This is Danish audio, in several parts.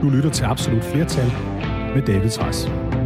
Du lytter til Absolut Flertal med David Trads.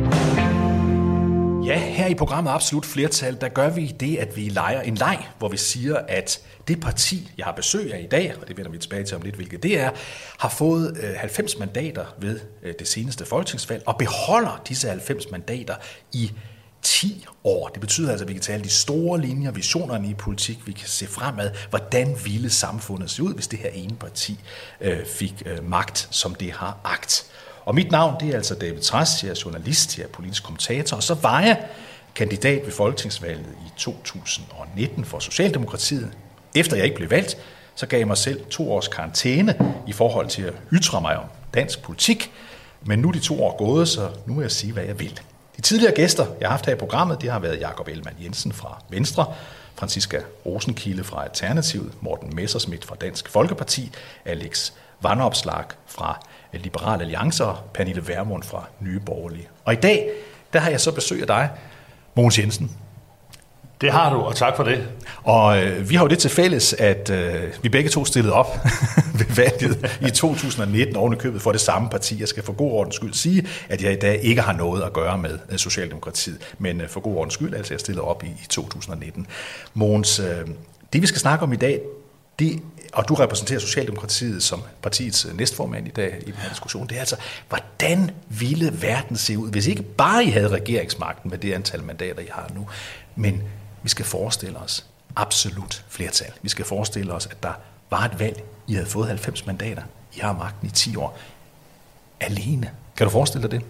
Ja, her i programmet Absolut Flertal, der gør vi det, at vi leger en leg, hvor vi siger, at det parti, jeg har besøg af i dag, og det vender vi tilbage til om lidt, hvilket det er, har fået 90 mandater ved det seneste folketingsvalg, og beholder disse 90 mandater i 10 år. Det betyder altså, at vi kan tale de store linjer, visionerne i politik, vi kan se fremad, hvordan ville samfundet se ud, hvis det her ene parti fik magt, som det har agt. Og mit navn, det er altså David Trads, jeg er journalist, jeg er politisk kommentator, og så var jeg kandidat ved folketingsvalget i 2019 for Socialdemokratiet. Efter jeg ikke blev valgt, så gav jeg mig selv 2 års karantæne i forhold til at ytre mig om dansk politik, men nu er de 2 år gået, så nu må jeg sige, hvad jeg vil. De tidligere gæster, jeg har haft her i programmet, det har været Jakob Ellemann-Jensen fra Venstre, Franciska Rosenkilde fra Alternativet, Morten Messerschmidt fra Dansk Folkeparti, Alex Vanopslagh fra Liberal Alliance og Pernille Vermund fra Nye Borgerlige. Og i dag, der har jeg så besøg af dig, Mogens Jensen. Det har du, og tak for det. Og vi har jo det til fælles, at vi begge to stillede op ved valget i 2019 oven i købet for det samme parti. Jeg skal for god ordens skyld sige, at jeg i dag ikke har noget at gøre med Socialdemokratiet, men for god ordens skyld, altså jeg stillede op i 2019. Mogens, det vi skal snakke om i dag, og du repræsenterer Socialdemokratiet som partiets næstformand i dag i den her diskussion, det er altså, hvordan ville verden se ud, hvis ikke bare I havde regeringsmagten med det antal mandater, I har nu, men vi skal forestille os absolut flertal. Vi skal forestille os, at der var et valg, I havde fået 90 mandater, I har magten i 10 år, alene. Kan du forestille dig det?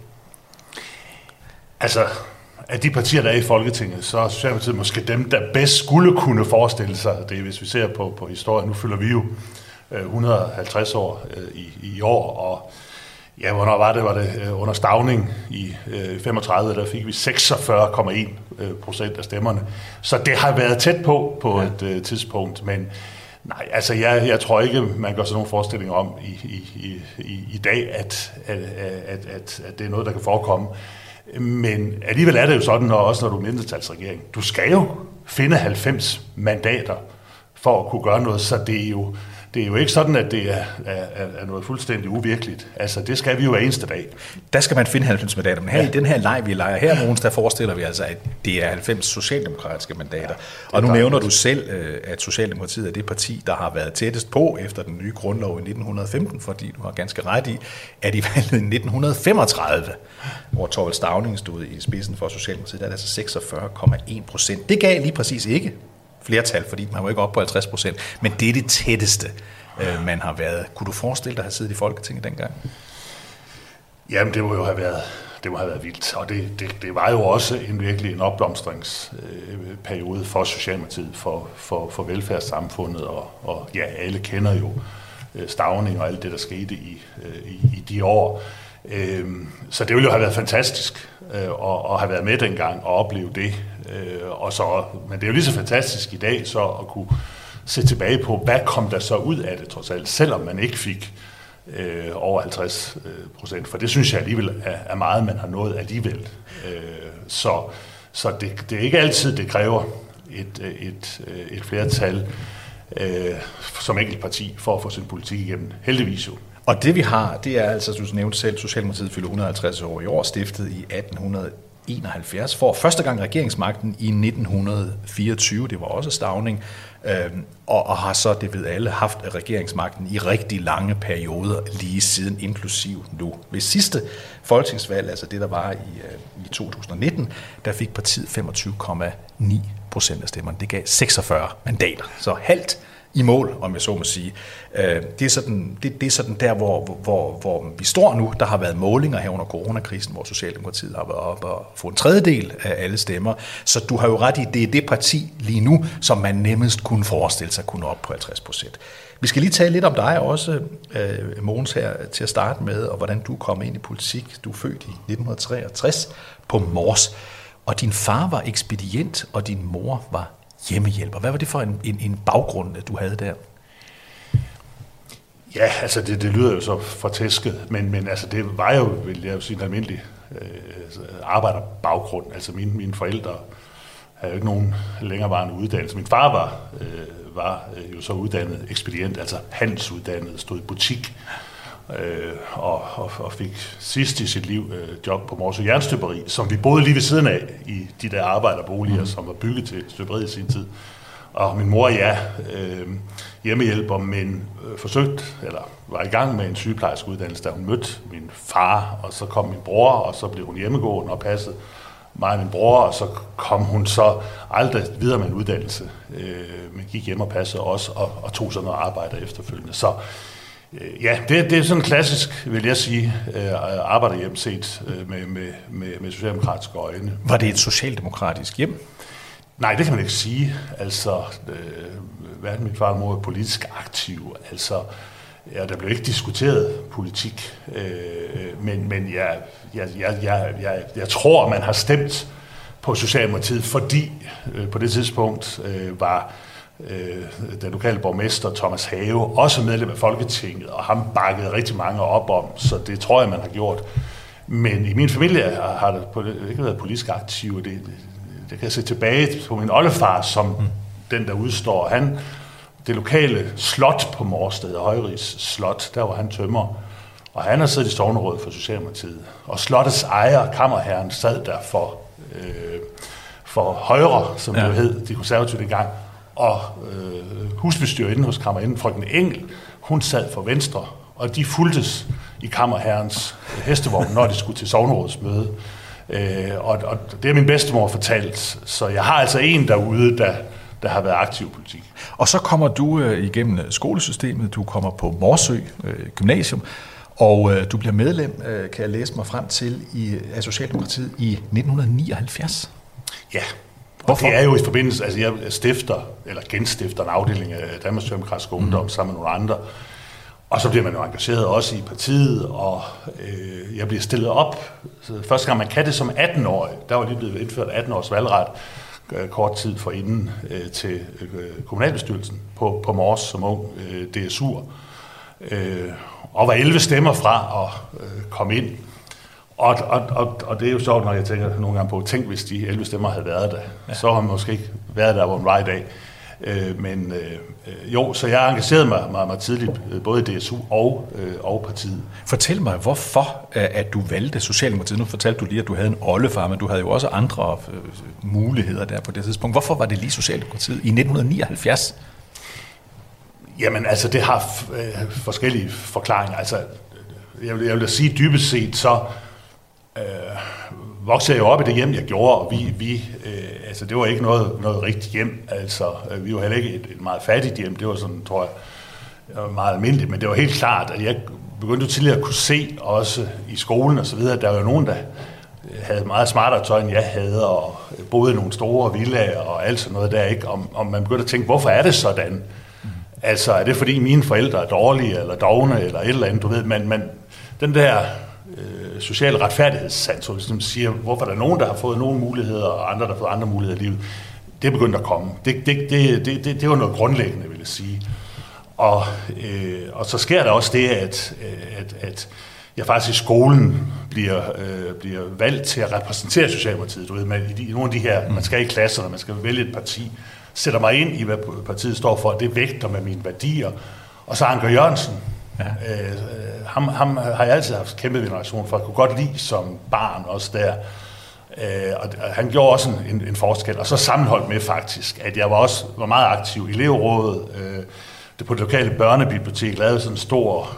Altså, af de partier, der er i Folketinget, så er Socialdemokratiet måske dem, der bedst skulle kunne forestille sig det, hvis vi ser på historien. Nu fylder vi jo 150 år i år, og ja, hvornår var det? Var det under Stauning i 35, der fik vi 46,1% af stemmerne. Så det har været tæt på et tidspunkt, men nej, altså jeg tror ikke, man gør sig nogen forestilling om i dag, at det er noget, der kan forekomme. Men alligevel er det jo sådan, når du er mindretalsregering. Du skal jo finde 90 mandater for at kunne gøre noget, så det er jo ikke sådan, at det er noget fuldstændig uvirkeligt. Altså, det skal vi jo hver eneste dag. Der skal man finde 90 mandater, men her i den her leg, vi leger her, Mogens, der forestiller vi altså, at det er 90 socialdemokratiske mandater. Og nu nævner du selv, at Socialdemokratiet er det parti, der har været tættest på efter den nye grundlov i 1915, fordi du har ganske ret i, at i valget i 1935, hvor Thorvald Stauning stod i spidsen for Socialdemokratiet, der er det altså 46,1%. Det gav lige præcis ikke flertal, fordi man var ikke op på 50%, men det er det tætteste, man har været. Kunne du forestille dig at have siddet i Folketinget dengang? Jamen, det må have været vildt, og det var jo også virkelig en opblomstringsperiode for Socialdemokratiet, for velfærdssamfundet, og ja, alle kender jo Stauning og alt det, der skete i de år. Så det ville jo have været fantastisk at have været med dengang og opleve det. Men det er jo lige så fantastisk i dag så at kunne se tilbage på, hvad kom der så ud af det trods alt, selvom man ikke fik over 50%, for det synes jeg alligevel er meget, man har nået alligevel. Så det er ikke altid, det kræver et flertal som enkelt parti for at få sin politik igennem. Heldigvis jo. Og det vi har, det er altså, du nævnte selv, Socialdemokratiet fylder 150 år i år, stiftet i 1871, for første gang regeringsmagten i 1924, det var også Stauning, og har så, det ved alle, haft regeringsmagten i rigtig lange perioder lige siden, inklusiv nu. Ved sidste folketingsvalg, altså det der var i 2019, der fik partiet 25,9% af stemmerne. Det gav 46 mandater, så halvt i mål, om jeg så må sige. Det er sådan der, hvor vi står nu. Der har været målinger her under coronakrisen, hvor Socialdemokratiet har været op og få en tredjedel af alle stemmer. Så du har jo ret i, det er det parti lige nu, som man nemmest kunne forestille sig kunne op på 50%. Vi skal lige tale lidt om dig også, Mogens, her til at starte med, og hvordan du kom ind i politik. Du er født i 1963 på Mors, og din far var ekspedient, og din mor var hjemmehjælper. Hvad var det for en baggrund, du havde der? Ja, altså det lyder jo så fortæsket, men altså det var jo, vil jeg sige, en almindelig arbejderbaggrund. Altså mine forældre havde jo ikke nogen længerevarende uddannelse. Min far var jo så uddannet ekspedient, altså handelsuddannet, stod i butik og fik sidst i sit liv job på Morsø Jernstøberi, som vi boede lige ved siden af i de der arbejderboliger, som var bygget til støberiet i sin tid. Og min mor, hjemmehjælper, men var i gang med en sygeplejerskeuddannelse, da hun mødte min far, og så kom min bror, og så blev hun hjemmegående og passede mig og min bror, og så kom hun så aldrig videre med en uddannelse, men gik hjem og passede også, og tog sådan noget arbejde efterfølgende. Så det er sådan klassisk, vil jeg sige, arbejderhjem set med socialdemokratiske øjne. Var det et socialdemokratisk hjem? Nej, det kan man ikke sige. Altså, hverken min far og mor er politisk aktiv. Altså, der blev ikke diskuteret politik. Men jeg tror, man har stemt på Socialdemokratiet, fordi på det tidspunkt var den lokale borgmester Thomas Have også medlem af Folketinget, og ham bakkede rigtig mange op om, så det tror jeg, man har gjort. Men i min familie har det ikke været politisk aktiv. Det kan jeg se tilbage på min oldefar, som den, der udstår. Det lokale slot på Mårsted, Højrigs Slot, der var han tømrer. Og han har siddet i sognerådet for Socialdemokratiet. Og slottets ejer, kammerherren, sad der for Højre, som det jo hed, de konservative dengang. Og husbestyrerinden hos kammerinden, frøken Engel, hun sad for Venstre. Og de fulgtes i kammerherrens hestevogn, når de skulle til sognerådsmøde. Og det er min bedstemor fortalt, så jeg har altså en derude, der har været aktiv i politik. Og så kommer du igennem skolesystemet, du kommer på Morsø Gymnasium, og du bliver medlem, kan jeg læse mig frem til, af Socialdemokratiet i 1979. Ja, og det er jo i forbindelse, altså jeg genstifter en afdeling af Danmarks Socialdemokratiske Ungdom sammen med nogle andre. Og så bliver man jo engageret også i partiet, og jeg bliver stillet op. Så første gang man kan det som 18-årig, der var lige blevet indført 18-års valgret kort tid forinden til kommunalbestyrelsen på Mors som ung DSU'er. Og var 11 stemmer fra at komme ind. Og det er jo sjovt, når jeg tænker nogle gange på, tænk hvis de 11 stemmer havde været der, så har man måske ikke været der, hvor man var i dag. Så jeg engagerede mig tidligt, både i DSU og partiet. Fortæl mig, hvorfor at du valgte Socialdemokratiet. Nu fortalte du lige, at du havde en oldefar, men du havde jo også andre muligheder der på det tidspunkt. Hvorfor var det lige Socialdemokratiet i 1979? Jamen, altså, det har forskellige forklaringer. Altså, jeg vil da sige, dybest set, så voksede jeg jo op i det hjem, jeg gjorde, og altså det var ikke noget rigtigt hjem. Altså, vi var heller ikke et meget fattigt hjem. Det var sådan, tror jeg, meget almindeligt, men det var helt klart, at jeg begyndte tidligere at kunne se også i skolen og så videre, der var jo nogen, der havde meget smartere tøj, end jeg havde, og boede i nogle store villaer og alt sådan noget der, ikke? Om man begyndte at tænke, hvorfor er det sådan? Altså, er det fordi mine forældre er dårlige, eller dovne, eller et eller andet, du ved, men den der social retfærdighedssans, som siger, hvorfor der er nogen, der har fået nogle muligheder, og andre, der har fået andre muligheder i livet, det er begyndt at komme. Det var noget grundlæggende, vil jeg sige. Og så sker der også det, at jeg faktisk i skolen bliver valgt til at repræsentere Socialdemokratiet. Du ved, i nogle af de her, man skal i klasserne, man skal vælge et parti, sætter mig ind i, hvad partiet står for, det vægter med mine værdier. Og så Anker Jørgensen, ham har jeg altid haft kæmpe veneration for, jeg kunne godt lide som barn også der. Og han gjorde også en forskel, og så sammenholdt med faktisk, at jeg var meget aktiv i elevrådet. Det på det lokale børnebibliotek lavede sådan en stor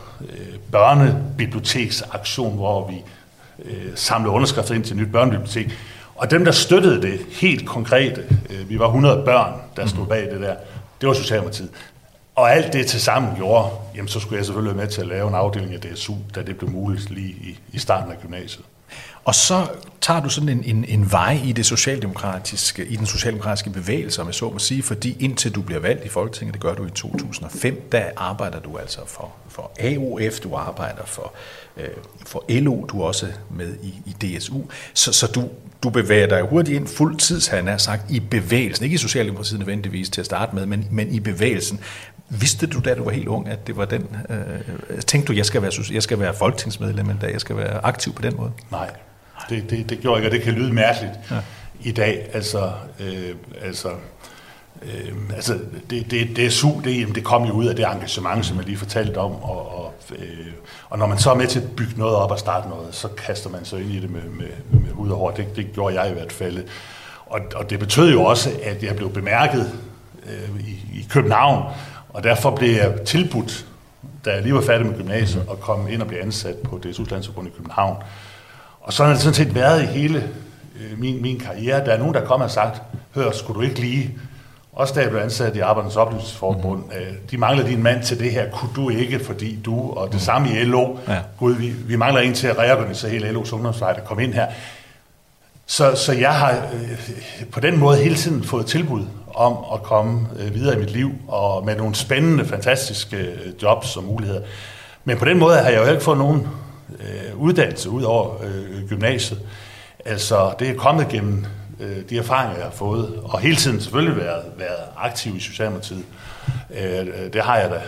børnebiblioteksaktion, hvor vi samlede underskrifter ind til et nyt børnebibliotek. Og dem, der støttede det helt konkrete, vi var 100 børn, der stod bag det der, det var Socialdemokratiet. Og alt det til sammen gjorde, jamen så skulle jeg selvfølgelig være med til at lave en afdeling af DSU, da det blev muligt lige i starten af gymnasiet. Og så tager du sådan en vej i den socialdemokratiske bevægelse, om jeg så må sige, fordi indtil du bliver valgt i Folketinget, det gør du i 2005, der arbejder du altså for AOF, du arbejder for LO, du er også med i DSU, så du bevæger dig hurtigt ind fuldtids, han har sagt, i bevægelsen, ikke i Socialdemokratiet nødvendigvis til at starte med, men i bevægelsen. Vidste du, da du var helt ung, at det var den? Tænkte du, jeg skal være folketingsmedlem en dag, jeg skal være aktiv på den måde? Nej, det gjorde jeg ikke, og det kan lyde mærkeligt i dag. Altså, DSU, det kom jo ud af det engagement, som jeg lige fortalte om, og når man så er med til at bygge noget op og starte noget, så kaster man sig ind i det med hud og hår. Det gjorde jeg i hvert fald. Og det betød jo også, at jeg blev bemærket i København, og derfor blev jeg tilbudt, da jeg lige var færdig med gymnasiet, at komme ind og blive ansat på DSU's Landsforbund i København. Og sådan har det sådan set været i hele min karriere. Der er nogen, der kommer og sagt, hør, skulle du ikke lige, også da jeg blev ansat i Arbejdernes Oplysningsforbund, de mangler din mand til det her, kunne du ikke, fordi du, og det samme i LO, Gud, vi mangler en til at reorganisere hele LO's ungdomsvej, der kom ind her. Så jeg har på den måde hele tiden fået tilbud om at komme videre i mit liv, og med nogle spændende, fantastiske jobs og muligheder. Men på den måde har jeg jo ikke fået nogen uddannelse ud over gymnasiet. Altså, det er kommet gennem de erfaringer, jeg har fået, og hele tiden selvfølgelig været aktiv i Socialdemokratiet. Det har jeg da.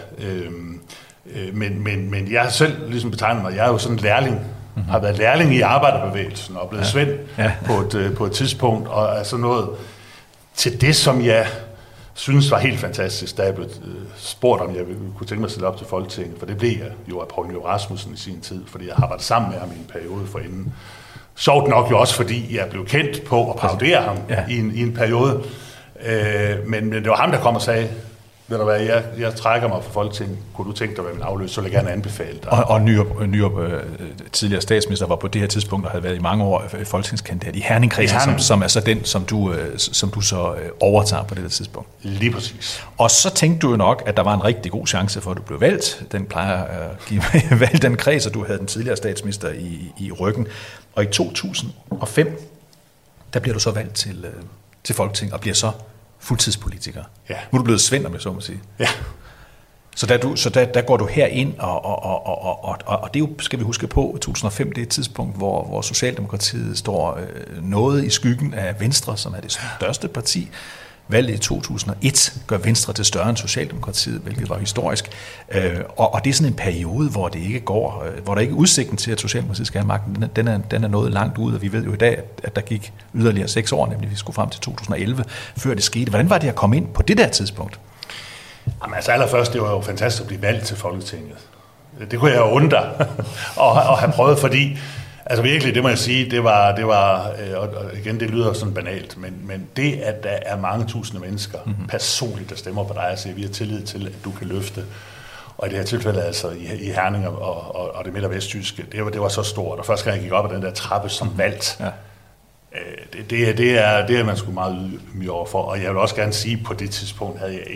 Men jeg har selv ligesom betegnet mig, jeg er jo sådan en lærling, har været lærling i arbejderbevægelsen og blevet svend på et tidspunkt, og er så nået til det, som jeg synes var helt fantastisk, da jeg blev spurgt, om jeg kunne tænke mig at stille op til Folketinget, for det blev jeg jo af Poul Nyrup Rasmussen i sin tid, fordi jeg har arbejdet sammen med ham i en periode forinden. Sjovt nok jo også, fordi jeg blev kendt på at parodere ham i en periode, men det var ham, der kom og sagde, ved du hvad, jeg trækker mig fra Folketinget. Kunne du tænke dig at være min afløser, så vil jeg gerne anbefale dig. Og Nyrup, tidligere statsminister, var på det her tidspunkt og havde været i mange år folketingskandidat i Herning-kredsen, som er så den, som du så overtager på det her tidspunkt. Lige præcis. Og så tænkte du jo nok, at der var en rigtig god chance for, at du blev valgt. Den plejer at give valgt den kreds, og du havde den tidligere statsminister i ryggen. Og i 2005, der bliver du så valgt til Folketinget og bliver så fuldtidspolitiker. Ja. Nu er du blevet svend, om jeg så må sige. Ja. Så der går du herind, og det er jo, skal vi huske på, 2005, det er et tidspunkt, hvor Socialdemokratiet står noget i skyggen af Venstre, som er det største parti. Valget i 2001 gør Venstre til større end Socialdemokratiet, hvilket var historisk. Og det er sådan en periode, hvor det ikke går, hvor der ikke er udsigten til, at Socialdemokratiet skal have magten. Den er nået langt ud, og vi ved jo i dag, at der gik yderligere 6 år, nemlig vi skulle frem til 2011, før det skete. Hvordan var det at komme ind på det der tidspunkt? Jamen altså allerførst, det var jo fantastisk at blive valgt til Folketinget. Det kunne jeg jo undre og have prøvet, fordi altså virkelig, det må jeg sige, det var og igen, det lyder sådan banalt, men det, at der er mange tusinde mennesker personligt, der stemmer på dig og siger, vi har tillid til, at du kan løfte, og i det her tilfælde altså i Herning og det midt- og vestjyske, det var så stort, og første gang jeg gik op ad den der trappe som valgt, det er man sgu meget ydmyg overfor, og jeg vil også gerne sige, på det tidspunkt havde jeg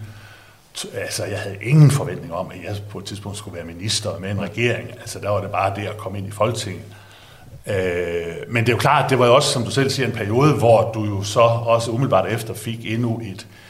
ingen forventning om, at jeg på et tidspunkt skulle være minister med en regering. Altså der var det bare det at komme ind i Folketinget. Men det er jo klart, det var jo også, som du selv siger, en periode, hvor du jo så også umiddelbart efter fik endnu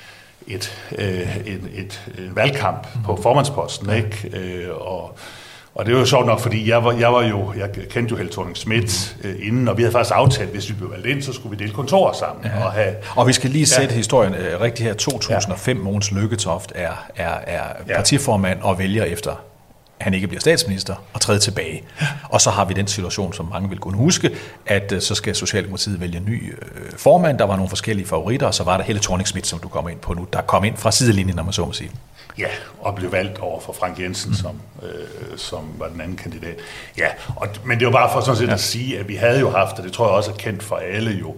et valgkamp på formandsposten, ikke? Og det var jo sjovt nok, fordi jeg kendte jo Helle Thorning-Schmidt inden, og vi havde faktisk aftalt, hvis vi blev valgt ind, så skulle vi dele kontorer sammen. Ja. Og vi skal lige sætte historien rigtigt her. 2005, Mogens Lykketoft er partiformand og vælger efter, han ikke bliver statsminister, og træder tilbage. Og så har vi den situation, som mange vil kunne huske, at så skal Socialdemokratiet vælge ny formand. Der var nogle forskellige favoritter, og så var der Helle Thorning-Schmidt, som du kommer ind på nu, der kom ind fra sidelinjen, når man så må sige. Ja, og blev valgt over for Frank Jensen, som var den anden kandidat. Ja, men det var bare for sådan set at sige, at vi havde jo haft, og det tror jeg også er kendt for alle jo,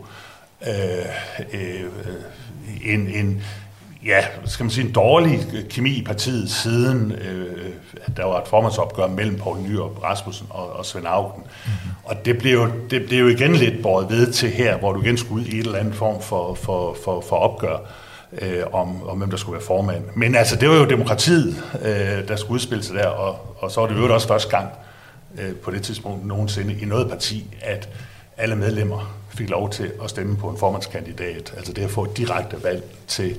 en dårlig kemi i partiet siden, at der var et formandsopgør mellem Poul Nyrup Rasmussen og Svend Auken. Og det blev jo igen lidt båret ved til her, hvor du igen skulle ud i et eller andet form for opgør. Om hvem der skulle være formand. Men altså, det var jo demokratiet, der skulle udspille sig der, og så var det jo også første gang på det tidspunkt nogensinde i noget parti, at alle medlemmer fik lov til at stemme på en formandskandidat. Altså det at få et direkte valg til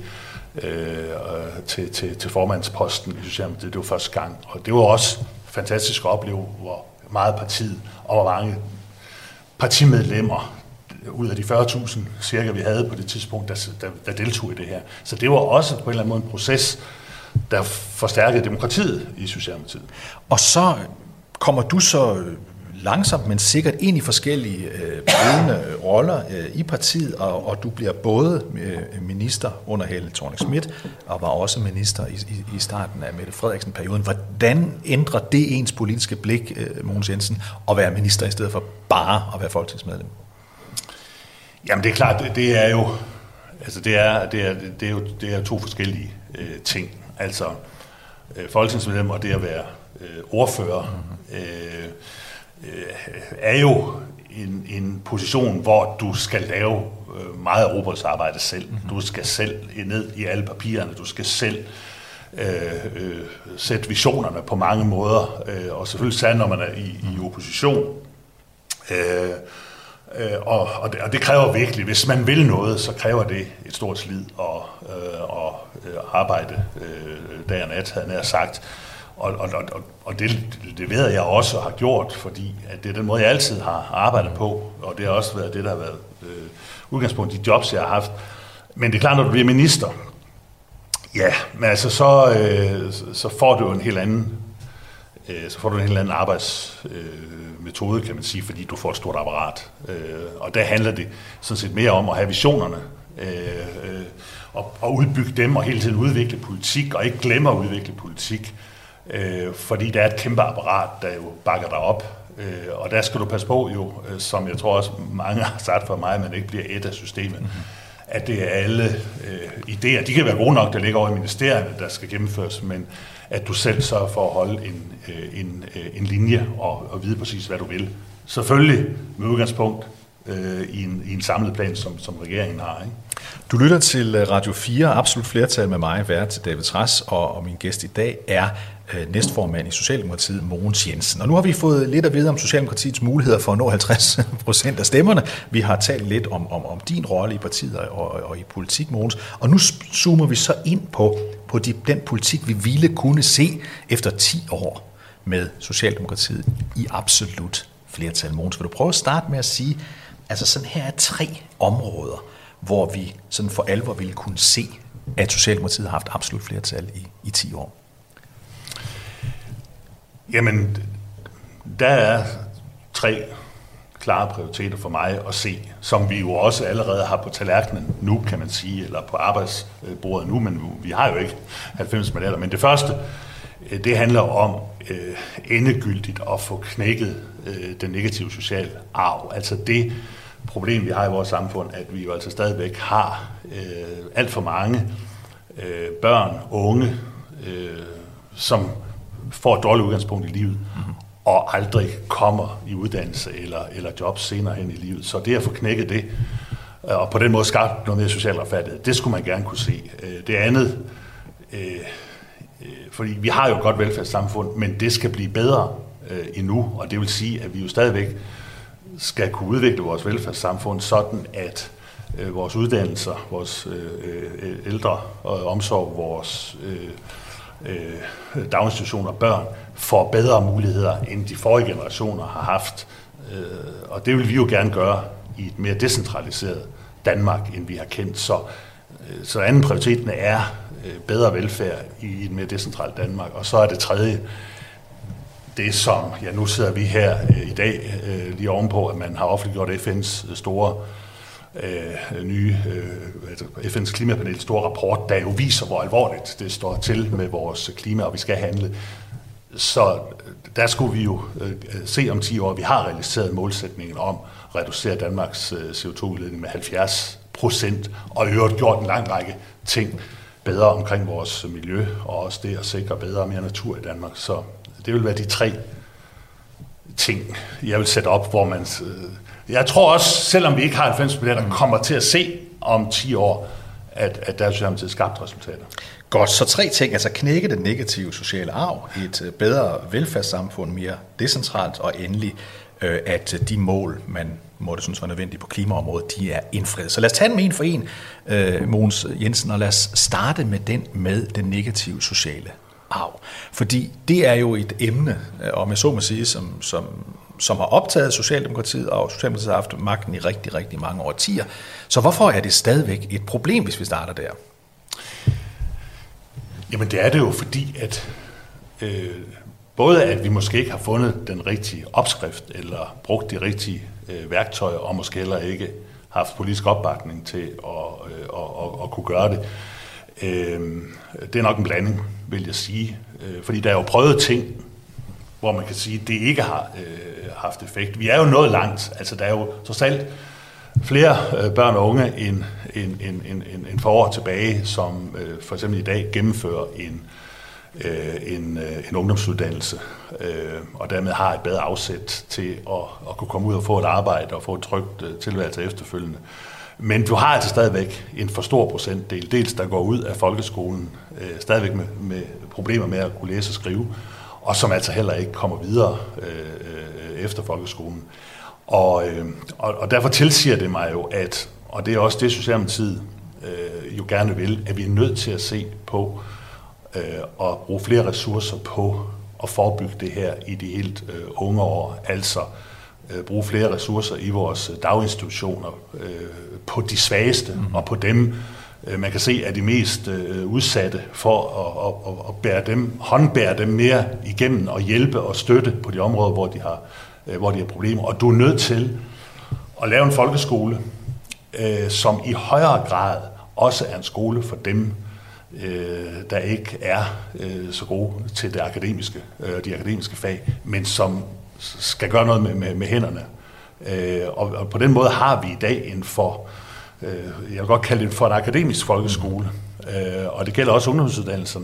formandsposten i Socialdemokratiet, det var første gang. Og det var også fantastisk at opleve, hvor meget partiet og hvor mange partimedlemmer ud af de 40.000 cirka, vi havde på det tidspunkt, der deltog i det her. Så det var også på en eller anden måde en proces, der forstærkede demokratiet i Socialdemokratiet. Og så kommer du så langsomt, men sikkert ind i forskellige ledende roller i partiet, og du bliver både minister under Helle Thorning-Schmidt, og var også minister i starten af Mette Frederiksen-perioden. Hvordan ændrer det ens politiske blik, Mogens Jensen, at være minister i stedet for bare at være folketingsmedlem? Jamen det er klart, det er jo altså det er to forskellige ting. Altså folketingsmedlem og det at være ordfører er jo en position, hvor du skal lave meget af arbejde selv. Du skal selv ned i alle papirerne, du skal selv sætte visionerne på mange måder, og selvfølgelig særligt, når man er i opposition. Og det kræver virkelig, hvis man vil noget, så kræver det et stort slid og arbejde dag og nat, havde jeg sagt. Og det ved jeg også og har gjort, fordi at det er den måde, jeg altid har arbejdet på, og det har også været det, der har været udgangspunkt i de jobs, jeg har haft. Men det er klart, når du bliver minister, ja, men altså så får du en helt anden arbejdsmetode, kan man sige, fordi du får et stort apparat. Og der handler det sådan set mere om at have visionerne, og udbygge dem og hele tiden udvikle politik, og ikke glemme at udvikle politik, fordi der er et kæmpe apparat, der jo bakker dig op. Og der skal du passe på jo, som jeg tror også mange har sagt for mig, at man ikke bliver et af systemet. At det er alle idéer, de kan være gode nok, der ligger over i ministerierne, der skal gennemføres, men at du selv sørger for at holde en linje og vide præcis, hvad du vil. Selvfølgelig med udgangspunkt i en samlet plan, som regeringen har. Ikke? Du lytter til Radio 4, absolut flertal med mig, vært David Trads, og min gæst i dag er næstformand i Socialdemokratiet, Mogens Jensen. Og nu har vi fået lidt at vide om Socialdemokratiets muligheder for at nå 50% af stemmerne. Vi har talt lidt om din rolle i partiet og i politik, Mogens. Og nu zoomer vi så ind på den politik, vi ville kunne se efter 10 år med Socialdemokratiet i absolut flertal. Mogens, vil du prøve at starte med at sige, altså sådan her er 3 områder, hvor vi sådan for alvor ville kunne se, at Socialdemokratiet har haft absolut flertal i 10 år? Jamen, der er 3 klare prioriteter for mig at se, som vi jo også allerede har på tallerkenen nu, kan man sige, eller på arbejdsbordet nu, men vi har jo ikke 90 mandater. Men det første, det handler om endegyldigt at få knækket den negative sociale arv. Altså det problem, vi har i vores samfund, at vi jo altså stadigvæk har alt for mange børn, unge, som får et dårligt udgangspunkt i livet, og aldrig kommer i uddannelse eller job senere hen i livet. Så det at få knækket det, og på den måde skabt noget mere social retfærdighed, det skulle man gerne kunne se. Det andet, fordi vi har jo et godt velfærdssamfund, men det skal blive bedre endnu, og det vil sige, at vi jo stadigvæk skal kunne udvikle vores velfærdssamfund sådan, at vores uddannelser, vores ældre og omsorg, vores daginstitutioner og børn får bedre muligheder, end de forrige generationer har haft. Og det vil vi jo gerne gøre i et mere decentraliseret Danmark, end vi har kendt. Så anden prioriteten er bedre velfærd i et mere decentralt Danmark. Og så er det tredje, det som, ja, nu sidder vi her i dag lige ovenpå, at man har offentliggjort FN's store nye FN's klimapanels store rapport, der jo viser, hvor alvorligt det står til med vores klima, og vi skal handle. Så der skulle vi jo se om 10 år, at vi har realiseret målsætningen om at reducere Danmarks CO2-udledning med 70%, og i øvrigt gjort en lang række ting bedre omkring vores miljø, og også det at sikre bedre og mere natur i Danmark. Så det vil være de 3 ting, jeg vil sætte op, hvor man... Jeg tror også, selvom vi ikke har 90 mandater, kommer til at se om 10 år, at der er Socialdemokratiet skabt resultater. Godt, så 3 ting, altså knække den negative sociale arv, et bedre velfærdssamfund, mere decentralt, og endelig, at de mål, man måtte synes var nødvendige på klimaområdet, de er indfriet. Så lad os tage dem en for en, Mogens Jensen, og lad os starte med den negative sociale arv. Fordi det er jo et emne, om jeg så må sige, som har optaget Socialdemokratiet, og Socialdemokratiet har haft magten i rigtig, rigtig mange årtier. Så hvorfor er det stadigvæk et problem, hvis vi starter der? Jamen det er det jo, fordi at både at vi måske ikke har fundet den rigtige opskrift, eller brugt de rigtige værktøjer, og måske heller ikke haft politisk opbakning til at kunne gøre det. Det er nok en blanding, vil jeg sige. Fordi der er jo prøvet ting, hvor man kan sige, at det ikke har haft effekt. Vi er jo nået langt. Altså, der er jo trods alt flere børn og unge end for år tilbage, som for eksempel i dag gennemfører en ungdomsuddannelse, og dermed har et bedre afsæt til at kunne komme ud og få et arbejde og få et trygt tilværelse efterfølgende. Men du har altså stadigvæk en for stor procentdel, dels der går ud af folkeskolen, stadigvæk med problemer med at kunne læse og skrive, og som altså heller ikke kommer videre efter folkeskolen. Og derfor tilsiger det mig jo, at, og det er også det, Socialdemokratiet jo gerne vil, at vi er nødt til at se på at bruge flere ressourcer på at forebygge det her i de helt unge år, altså bruge flere ressourcer i vores daginstitutioner på de svageste og på dem, man kan se er de mest udsatte, for at bære dem, håndbære dem mere igennem og hjælpe og støtte på de områder, hvor de har problemer. Og du er nødt til at lave en folkeskole, som i højere grad også er en skole for dem, der ikke er så gode til de akademiske fag, men som skal gøre noget med hænderne. Og på den måde har vi i dag jeg vil godt kalde det for en akademisk folkeskole, og det gælder også ungdomsuddannelserne,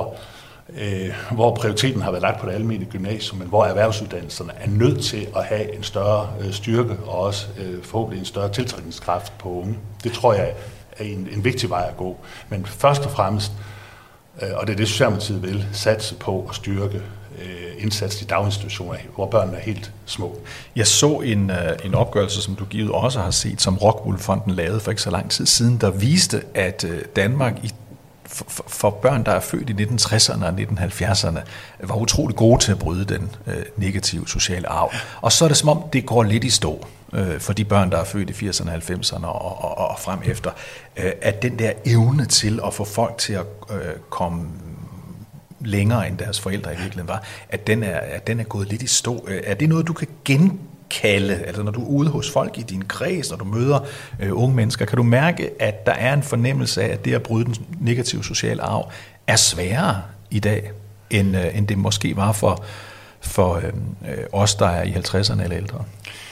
hvor prioriteten har været lagt på det almene gymnasium, men hvor erhvervsuddannelserne er nødt til at have en større styrke og også forhåbentlig en større tiltrækningskraft på unge. Det tror jeg er en vigtig vej at gå. Men først og fremmest, og det er det, Socialdemokratiet vil, satse på at styrke indsats i daginstitutioner, hvor børnene er helt små. Jeg så en opgørelse, som du givet også har set, som Rockwool Fonden lavede for ikke så lang tid siden, der viste, at Danmark for børn, der er født i 1960'erne og 1970'erne, var utrolig gode til at bryde den negative sociale arv. Og så er det som om, det går lidt i stå for de børn, der er født i 80'erne, 90'erne og frem efter, at den der evne til at få folk til at komme længere end deres forældre i virkeligheden var, at den er gået lidt i stå. Er det noget, du kan genkalde, altså når du er ude hos folk i din kreds, når du møder unge mennesker, kan du mærke, at der er en fornemmelse af, at det at bryde den negative sociale arv er sværere i dag, end det måske var for os, der er i 50'erne eller ældre?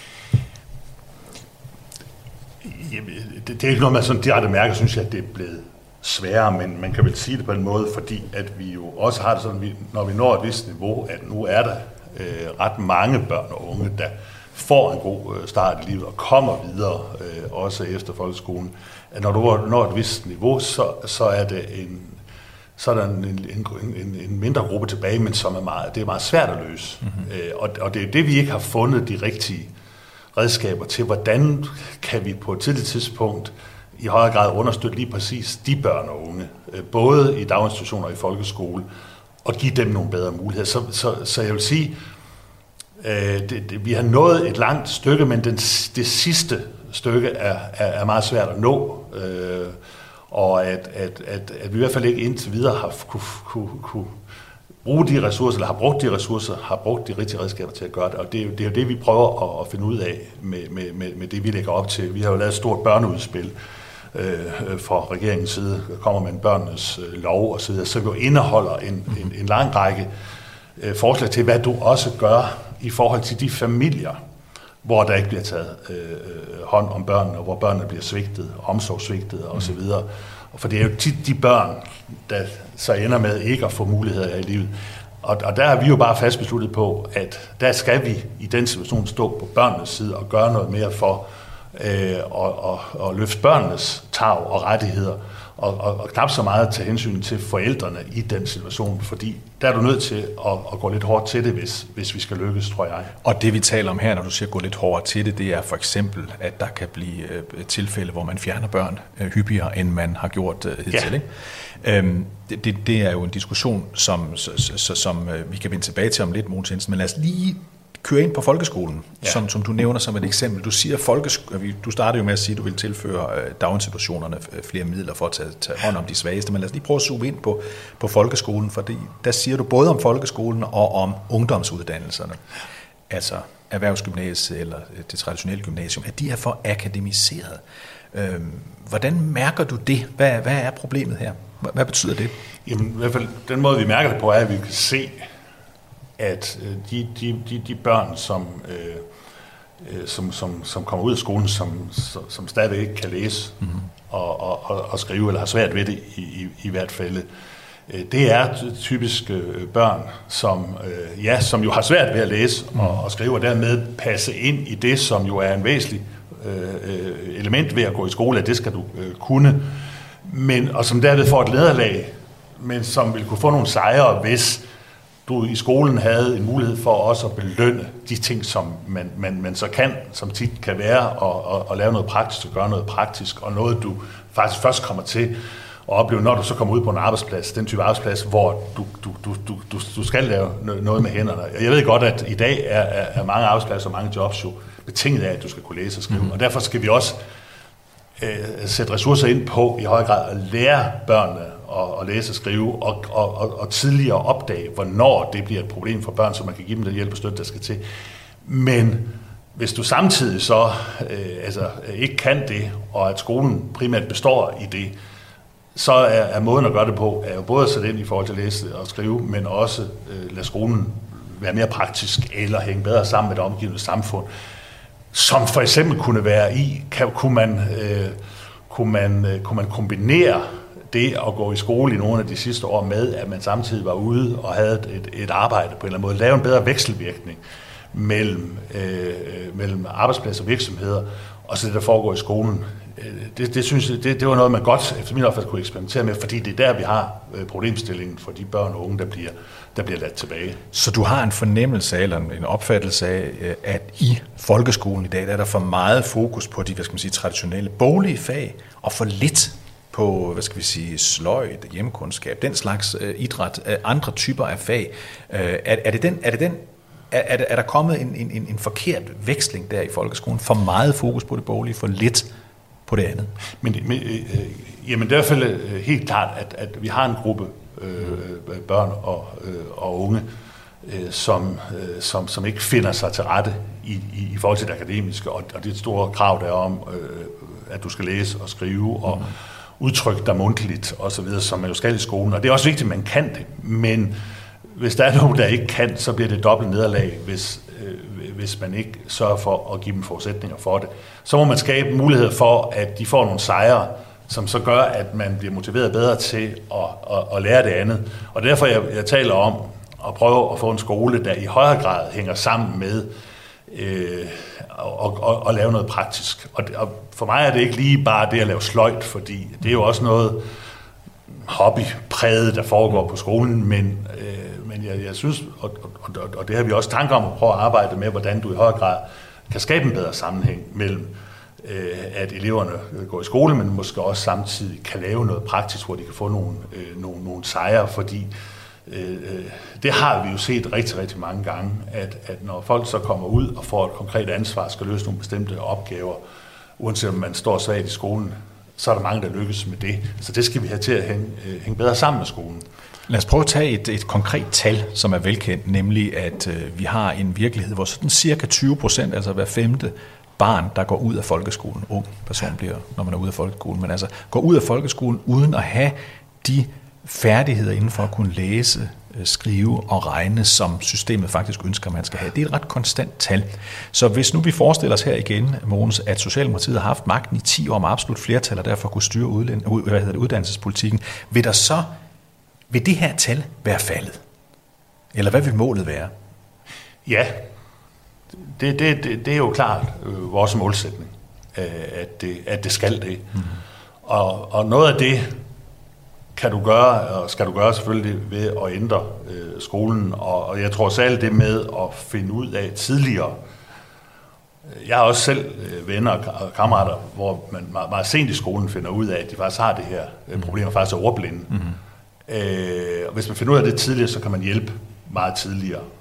Det er ikke noget, man sådan direkte mærker, synes jeg, at det er blevet sværere, men man kan vel sige det på en måde, fordi at vi jo også har det sådan, når vi når et vist niveau, at nu er der ret mange børn og unge, der får en god start i livet og kommer videre, også efter folkeskolen. At når du når et vist niveau, så er der en mindre gruppe tilbage, men som det er meget svært at løse. Mm-hmm. Og det er det, vi ikke har fundet de rigtige redskaber til. Hvordan kan vi på et tidligt tidspunkt i højere grad understøtte lige præcis de børn og unge, både i daginstitutioner og i folkeskole, og give dem nogle bedre muligheder. Så jeg vil sige, vi har nået et langt stykke, men det sidste stykke er meget svært at nå, og at vi i hvert fald ikke indtil videre har kunne bruge de ressourcer, eller har brugt de ressourcer, har brugt de rigtige redskaber til at gøre det, og det er jo det, vi prøver at finde ud af med det, vi lægger op til. Vi har jo lavet et stort børneudspil fra regeringens side, kommer med en børnenes lov og så videre, så vi indeholder en lang række forslag til, hvad du også gør i forhold til de familier, hvor der ikke bliver taget hånd om børnene, og hvor børnene bliver svigtet, omsorgssvigtet osv. For det er jo tit de børn, der så ender med ikke at få muligheder i livet. Og der er vi jo bare fast besluttet på, at der skal vi i den situation stå på børnenes side og gøre noget mere for at løfte børnenes tarv og rettigheder, og knap så meget tage hensyn til forældrene i den situation, fordi der er du nødt til at gå lidt hårdt til det, hvis vi skal lykkes, tror jeg. Og det vi taler om her, når du siger gå lidt hårdere til det, det er for eksempel, at der kan blive tilfælde, hvor man fjerner børn hyppigere, end man har gjort hidtil. Ja. Det er jo en diskussion, som vi kan vende tilbage til om lidt, Mogens Jensen, men lad os lige kører ind på folkeskolen, som du nævner som et eksempel. Du siger du startede jo med at sige, at du vil tilføre daginstitutionerne flere midler for at tage hånd om de svageste, men lad os lige prøve at zoome ind på folkeskolen, for der siger du både om folkeskolen og om ungdomsuddannelserne, altså erhvervsgymnasiet eller det traditionelle gymnasium, at de er for akademiseret. Hvordan mærker du det? Hvad er problemet her? Hvad betyder det? Jamen, i hvert fald den måde, vi mærker det på, er, at vi kan se, at de børn, som kommer ud af skolen, som stadigvæk ikke kan læse og skrive, eller har svært ved det i hvert fald, det er typisk børn, som jo har svært ved at læse og skrive, og dermed passe ind i det, som jo er en væsentlig element ved at gå i skole, at det skal du kunne, og som derved får et nederlag, men som vil kunne få nogle sejre, hvis du i skolen havde en mulighed for også at belønne de ting, som man så kan, som tit kan være, at lave noget praktisk, og gøre noget praktisk, og noget, du faktisk først kommer til at opleve, når du så kommer ud på en arbejdsplads, den type arbejdsplads, hvor du skal lave noget med hænderne. Jeg ved godt, at i dag er mange arbejdspladser og mange jobs jo betinget af, at du skal kunne læse og skrive, og derfor skal vi også sætte ressourcer ind på i høj grad at lære børnene at læse og skrive, og tidligere opdage, hvornår det bliver et problem for børn, så man kan give dem den hjælp og støtte, der skal til. Men hvis du samtidig så ikke kan det, og at skolen primært består i det, så er måden at gøre det på, er jo både at sætte ind i forhold til at læse og skrive, men også lade skolen være mere praktisk, eller hænge bedre sammen med det omgivende samfund, som for eksempel kunne være kunne man kombinere det at gå i skole i nogle af de sidste år med, at man samtidig var ude og havde et arbejde på en eller anden måde, lave en bedre vekselvirkning mellem arbejdspladser og virksomheder, og så det, der foregår i skolen. Det synes jeg, det var noget, man godt efter min opfattelse kunne eksperimentere med, fordi det er der, vi har problemstillingen for de børn og unge, der bliver ladt tilbage. Så du har en fornemmelse af, eller en opfattelse af, at i folkeskolen i dag, der er der for meget fokus på de, traditionelle boglige fag, og for lidt på, sløjd, hjemmekundskab, den slags idræt, andre typer af fag. Er der kommet en forkert veksling der i folkeskolen? For meget fokus på det boglige, for lidt på det andet? Jamen det er i hvert fald helt klart, at vi har en gruppe børn og unge, som ikke finder sig til rette i forhold til det akademiske, og det store krav, der er om, at du skal læse og skrive og udtrykke dig mundtligt osv., som man jo skal i skolen. Og det er også vigtigt, at man kan det, men hvis der er nogen, der ikke kan, så bliver det dobbelt nederlag, hvis man ikke sørger for at give dem forudsætninger for det. Så må man skabe mulighed for, at de får nogle sejre, som så gør, at man bliver motiveret bedre til at lære det andet. Og derfor jeg taler om at prøve at få en skole, der i højere grad hænger sammen med at lave noget praktisk. Og for mig er det ikke lige bare det at lave sløjt, fordi det er jo også noget hobbypræget, der foregår på skolen, men jeg synes, og det har vi også tanker om at prøve at arbejde med, hvordan du i højere grad kan skabe en bedre sammenhæng mellem, at eleverne går i skole, men måske også samtidig kan lave noget praktisk, hvor de kan få nogle sejre, fordi det har vi jo set rigtig, rigtig mange gange, at når folk så kommer ud og får et konkret ansvar, skal løse nogle bestemte opgaver, uanset om man står svagt i skolen, så er der mange, der lykkes med det. Så det skal vi have til at hænge bedre sammen med skolen. Lad os prøve at tage et konkret tal, som er velkendt, nemlig at vi har en virkelighed, hvor sådan cirka 20%, altså hver femte barn, der går ud af folkeskolen, ung person bliver, når man er ude af folkeskolen, men altså går ud af folkeskolen uden at have de færdigheder inden for at kunne læse, skrive og regne, som systemet faktisk ønsker, man skal have. Det er et ret konstant tal. Så hvis nu vi forestiller os her igen, Mogens, at Socialdemokratiet har haft magten i 10 år med absolut flertal, og derfor kunne styre uddannelsespolitikken, vil det her tal være faldet? Eller hvad vil målet være? Ja, det er jo klart vores målsætning, at det skal det. Og noget af det kan du gøre, og skal du gøre selvfølgelig ved at ændre skolen, og jeg tror særligt det med at finde ud af tidligere. Jeg har også selv venner og kammerater, hvor man meget sent i skolen finder ud af, at de faktisk har det her problem, og faktisk er ordblinde. Og hvis man finder ud af det tidligere, så kan man hjælpe meget tidligere.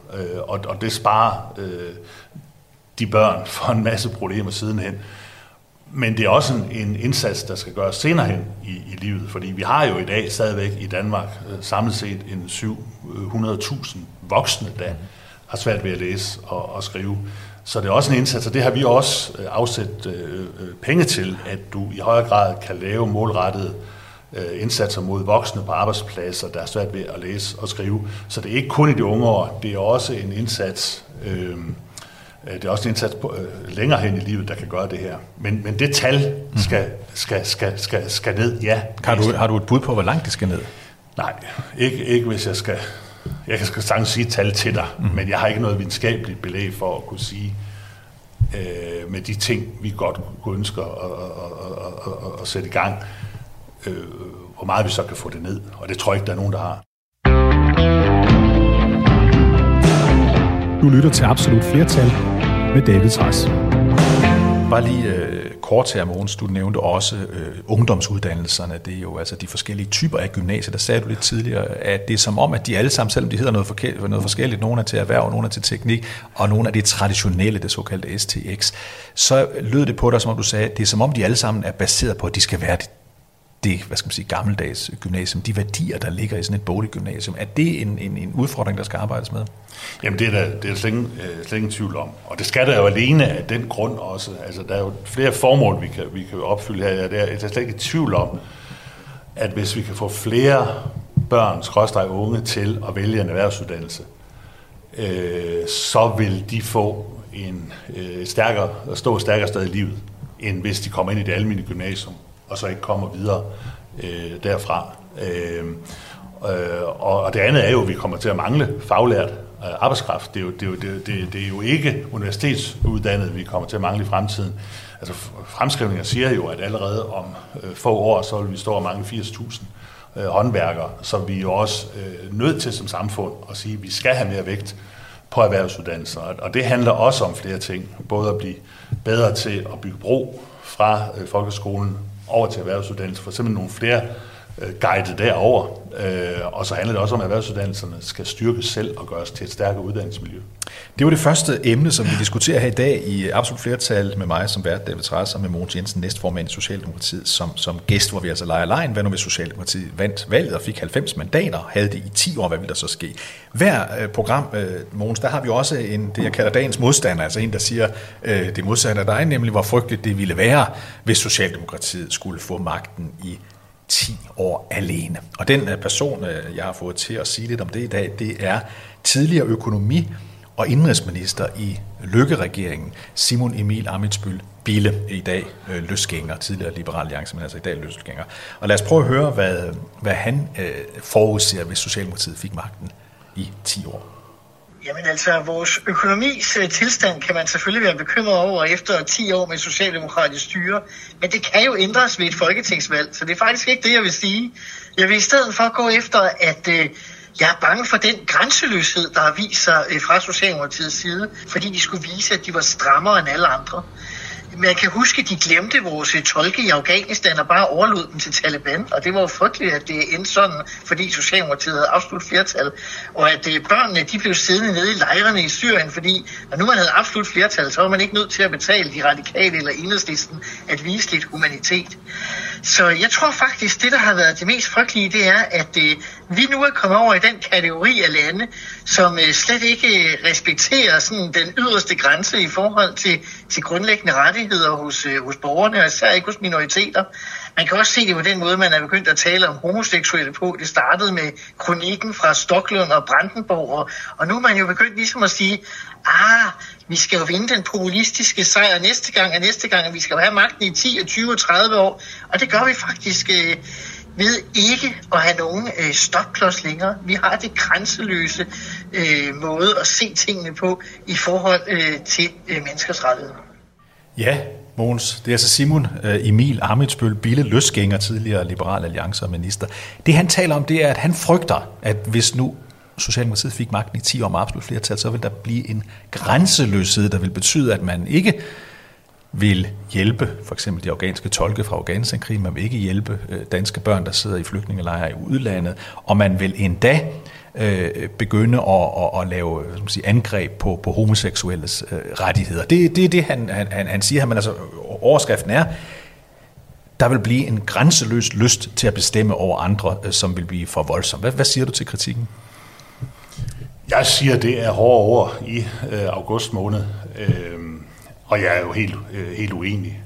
og det sparer de børn for en masse problemer sidenhen. Men det er også en indsats, der skal gøres senere hen i livet, fordi vi har jo i dag stadigvæk i Danmark samlet set en 700.000 voksne, der har svært ved at læse og skrive. Så det er også en indsats, og det har vi også afsat penge til, at du i højere grad kan lave målrettede indsatser mod voksne på arbejdspladser, der er svært ved at læse og skrive. Så det er ikke kun i de unge år, det er også en indsats, længere hen i livet, der kan gøre det her. Men det tal skal ned, ja. Har du et bud på, hvor langt det skal ned? Nej, ikke hvis jeg skal. Jeg kan sagtens sige et tal til dig, men jeg har ikke noget videnskabeligt belæg for at kunne sige, med de ting, vi godt kunne ønske at sætte i gang, hvor meget vi så kan få det ned. Og det tror jeg ikke, der er nogen, der har. Du lytter til Absolut Flertal med David Trads. Bare lige kort her, Mogens, du nævnte også ungdomsuddannelserne. Det er jo altså de forskellige typer af gymnasier. Der sagde du lidt tidligere, at det er som om, at de alle sammen, selvom de hedder noget forskelligt, nogle er til erhverv, nogle er til teknik, og nogle af det traditionelle, det såkaldte STX, så lød det på dig, som om du sagde, at det er som om, de alle sammen er baseret på, at de skal være det gammeldags gymnasium, de værdier, der ligger i sådan et bogligt gymnasium. Er det en udfordring, der skal arbejdes med? Jamen, det er slet ingen tvivl om. Og det skal der jo alene af den grund også. Altså, der er jo flere formål, vi kan opfylde her. Jeg er slet ikke i tvivl om, at hvis vi kan få flere børn, unge, til at vælge en erhvervsuddannelse, så vil de få stå stærkere sted i livet, end hvis de kommer ind i det almindelige gymnasium, og så ikke kommer videre derfra. Og det andet er jo, at vi kommer til at mangle faglært arbejdskraft. Det er jo ikke universitetsuddannede, vi kommer til at mangle i fremtiden. Altså fremskrivninger siger jo, at allerede om få år, så vil vi stå og mangle 80.000 håndværkere, så vi er jo også nødt til som samfund at sige, at vi skal have mere vægt på erhvervsuddannelser. Og det handler også om flere ting. Både at blive bedre til at bygge bro fra folkeskolen over til erhvervsuddannelse, for eksempel nogle flere guide derover, og så handler det også om, at erhvervsuddannelserne skal styrkes selv og gøres til et stærkere uddannelsesmiljø. Det var det første emne, som vi diskuterer her i dag i Absolut Flertal med mig som vært, David Trads, og med Mogens Jensen, næstformand i Socialdemokratiet, som gæst, hvor vi altså leger lejen. Hvad nu hvis Socialdemokratiet vandt valget og fik 90 mandater, havde det i 10 år, hvad ville der så ske? Hver program, Mogens, der har vi også det, jeg kalder dagens modstander, altså en, der siger det modsatte af dig, nemlig hvor frygteligt det ville være, hvis Socialdemokratiet skulle få magten i 10 år alene. Og den person, jeg har fået til at sige lidt om det i dag, det er tidligere økonomi- og indenrigsminister i Løkke-regeringen, Simon Emil Ammitzbøll Bille, i dag løsgænger, tidligere Liberal Alliance, men altså i dag løsgænger. Og lad os prøve at høre, hvad han forudser, hvis Socialdemokratiet fik magten i 10 år. Jamen altså, vores økonomis tilstand kan man selvfølgelig være bekymret over efter 10 år med socialdemokratisk styre, men det kan jo ændres ved et folketingsvalg, så det er faktisk ikke det, jeg vil sige. Jeg vil i stedet for gå efter, at jeg er bange for den grænseløshed, der har vist sig fra Socialdemokratiets side, fordi de skulle vise, at de var strammere end alle andre. Man kan huske, at de glemte vores tolke i Afghanistan og bare overlod dem til Taliban, og det var jo frygteligt, at det endte sådan, fordi Socialdemokratiet havde absolut flertal, og at børnene de blev siddende nede i lejrene i Syrien, fordi når nu man havde absolut flertal, så var man ikke nødt til at betale de radikale eller Enhedslisten at vise lidt humanitet. Så jeg tror faktisk, det der har været det mest frygtelige, det er, at vi nu er kommet over i den kategori af lande, som slet ikke respekterer sådan den yderste grænse i forhold til grundlæggende rettigheder hos borgerne, og især ikke hos minoriteter. Man kan også se det på den måde, man er begyndt at tale om homoseksuelle på. Det startede med kronikken fra Stoklund og Brandenborg, og nu er man jo begyndt ligesom at sige, vi skal jo vinde den populistiske sejr næste gang, og vi skal jo have magten i 10, 20 og 30 år. Og det gør vi faktisk ved ikke at have nogen stopklods længere. Vi har det grænseløse måde at se tingene på i forhold til menneskers rettigheder. Ja, Mogens, det er altså Simon Emil Ammitzbøll Bille, løsgænger, tidligere Liberal Alliance og minister. Det han taler om, det er, at han frygter, at hvis nu Socialdemokratiet fik magten i 10 år med absolut flertal, så vil der blive en grænseløshed, der vil betyde, at man ikke vil hjælpe for eksempel de afghanske tolke fra Afghanistankrigen, man vil ikke hjælpe danske børn, der sidder i flygtningelejre i udlandet, og man vil endda begynde at lave angreb på homoseksuelles rettigheder. Det er det, han siger. Men altså, overskriften er, der vil blive en grænseløs lyst til at bestemme over andre, som vil blive for voldsom. Hvad siger du til kritikken? Jeg siger, det er hårde ord i august måned, og jeg er jo helt uenig.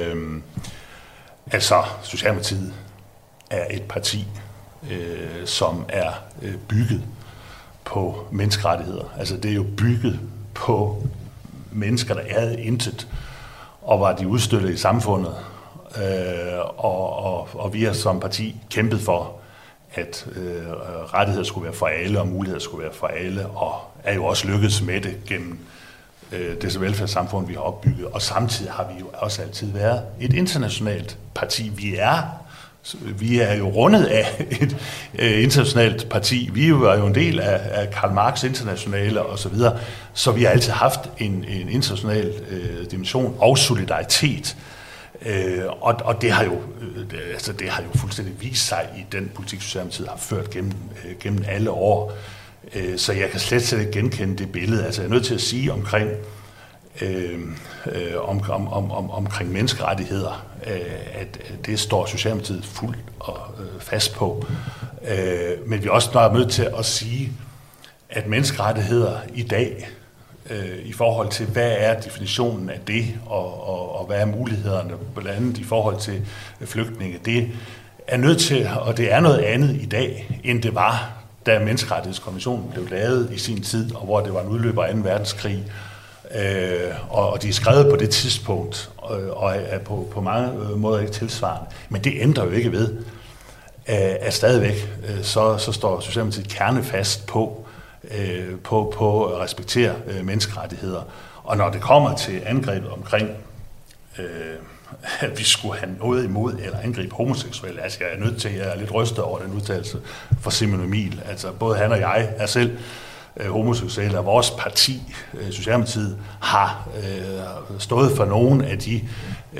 Altså, Socialdemokratiet er et parti, som er bygget på menneskerettigheder. Altså, det er jo bygget på mennesker, der havde intet, og var de udstødte i samfundet. Og vi har som parti kæmpet for, at rettigheder skulle være for alle, og muligheder skulle være for alle, og er jo også lykkedes med det gennem det velfærdssamfund, vi har opbygget. Og samtidig har vi jo også altid været et internationalt parti. Vi er jo rundet af et internationalt parti. Vi var jo en del af Karl Marx internationale og så videre, så vi har altid haft en international dimension og solidaritet. Og det har jo fuldstændig vist sig i den politik, Socialdemokratiet har ført gennem alle år. Så jeg kan slet ikke genkende det billede. Altså jeg er nødt til at sige omkring menneskerettigheder, at det står Socialdemokratiet fuldt og fast på. Men vi er også nødt til at sige, at menneskerettigheder i dag, i forhold til, hvad er definitionen af det, og hvad er mulighederne, blandt andet i forhold til flygtninge, det er nødt til, og det er noget andet i dag, end det var, da menneskerettighedskonventionen blev lavet i sin tid, og hvor det var en udløber af 2. verdenskrig, og de er skrevet på det tidspunkt, og er på mange måder ikke tilsvarende. Men det ændrer jo ikke ved, at stadigvæk så står Socialdemokratiet kernefast på at respektere menneskerettigheder. Og når det kommer til angrebet omkring, at vi skulle have noget imod eller angribe homoseksuelle, altså jeg er lidt rystet over den udtalelse fra Simon Emil. Altså både han og jeg er selv homoseksuelle, og vores parti, Socialdemokratiet, har stået for nogle af de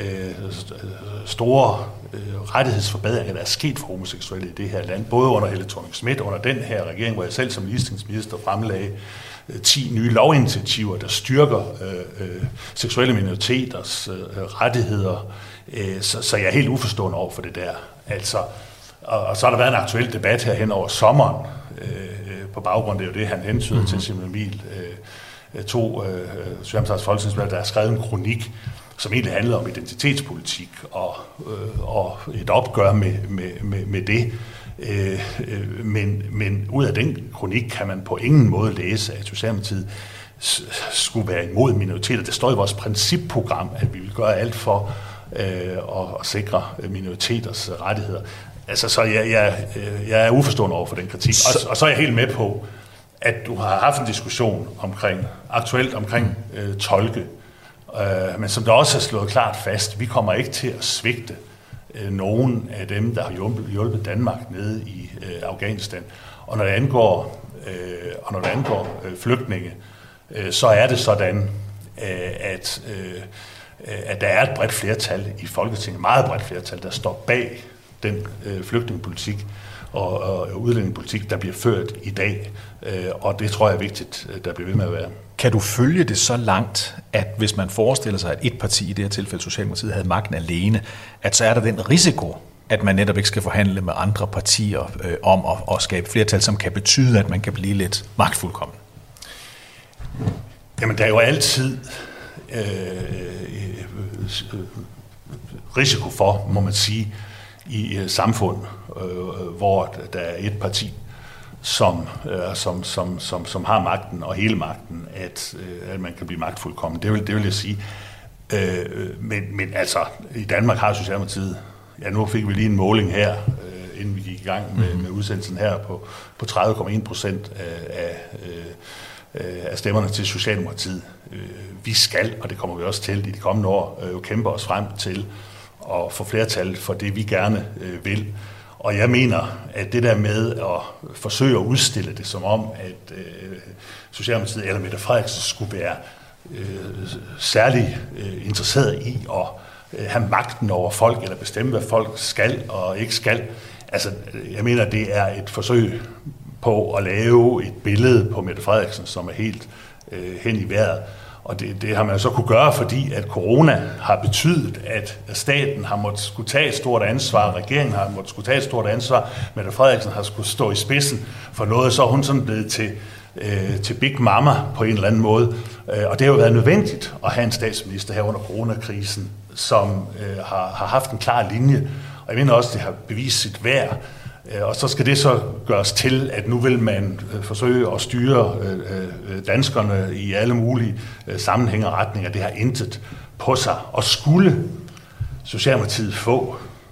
store rettighedsforbedringer, der er sket for homoseksuelle i det her land, både under Helle Thorning-Schmidt, under den her regering, hvor jeg selv som ligestillingsminister fremlagde 10 nye lovinitiativer, der styrker seksuelle minoriteters rettigheder. Så jeg er helt uforstående over for det der. Altså, og så har der været en aktuel debat her hen over sommeren, på baggrund, det er jo det, han hentyder til Simon Emil, Socialdemokratiets folketingsmedlemmer, der har skrevet en kronik, som egentlig handler om identitetspolitik og et opgør med det. Men ud af den kronik kan man på ingen måde læse, at Socialdemokratiet skulle være imod minoriteter. Det står i vores principprogram, at vi vil gøre alt for at sikre minoriteters rettigheder. Altså, så jeg er uforstående over for den kritik. Og så er jeg helt med på, at du har haft en diskussion aktuelt omkring tolke, men som der også er slået klart fast, vi kommer ikke til at svigte nogen af dem, der har hjulpet Danmark nede i Afghanistan. Og når det angår flygtninge, så er det sådan, at der er et bredt flertal i Folketinget, meget bredt flertal, der står bag den flygtningepolitik og udlændingepolitik, der bliver ført i dag. Og det tror jeg er vigtigt, der bliver ved med at være. Kan du følge det så langt, at hvis man forestiller sig, at et parti, i det her tilfælde Socialdemokratiet, havde magten alene, at så er der den risiko, at man netop ikke skal forhandle med andre partier om at skabe flertal, som kan betyde, at man kan blive lidt magtfuldkommen? Jamen, der er jo altid risiko for, må man sige, i samfund, hvor der er et parti, som har magten og hele magten, at man kan blive magtfuldkommen. Det vil jeg sige. Men altså, i Danmark har Socialdemokratiet, nu fik vi lige en måling her, inden vi gik i gang med udsendelsen her, på 30,1% af stemmerne til Socialdemokratiet. Vi skal, og det kommer vi også til i de kommende år, kæmpe os frem til at få flertal for det, vi gerne vil. Og jeg mener, at det der med at forsøge at udstille det som om, at Socialdemokratiet eller Mette Frederiksen skulle være særlig interesseret i at have magten over folk, eller bestemme, hvad folk skal og ikke skal. Altså, jeg mener, det er et forsøg på at lave et billede på Mette Frederiksen, som er helt hen i vejret. Og det har man så kunne gøre, fordi at corona har betydet, at staten har måttet skulle tage et stort ansvar, regeringen har måttet skulle tage et stort ansvar, Mette Frederiksen har skulle stå i spidsen for noget, så er hun sådan blevet til Big Mama på en eller anden måde. Og det har jo været nødvendigt at have en statsminister her under coronakrisen, som har haft en klar linje, og jeg mener også, at det har bevist sit værd. Og så skal det så gøres til, at nu vil man forsøge at styre danskerne i alle mulige sammenhænge og retninger. Det har intet på sig. Og skulle Socialdemokratiet få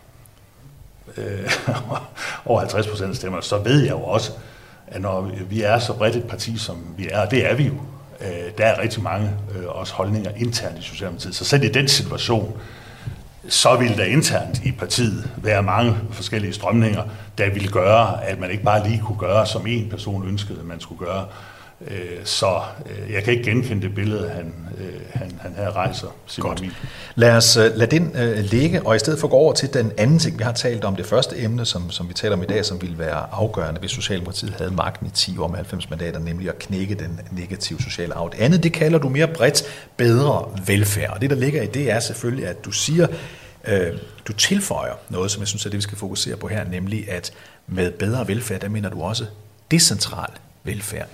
over 50% af stemmer, så ved jeg jo også, at når vi er så bredt et parti, som vi er, og det er vi jo, der er rigtig mange også holdninger internt i Socialdemokratiet. Så selv i den situation, så ville der internt i partiet være mange forskellige strømninger, der ville gøre, at man ikke bare lige kunne gøre, som en person ønskede, at man skulle gøre. Så jeg kan ikke genkende det billede, han her rejser, Simon Emil. Lad os lade den ligge, og i stedet for gå over til den anden ting, vi har talt om, det første emne, som vi taler om i dag, som ville være afgørende, hvis Socialdemokratiet havde magten i 10 år med 90 mandater, nemlig at knække den negative sociale arv. Det andet, det kalder du mere bredt bedre velfærd, og det, der ligger i det, er selvfølgelig, at du siger, du tilføjer noget, som jeg synes er det, vi skal fokusere på her, nemlig at med bedre velfærd, der mener du også decentral velfærd.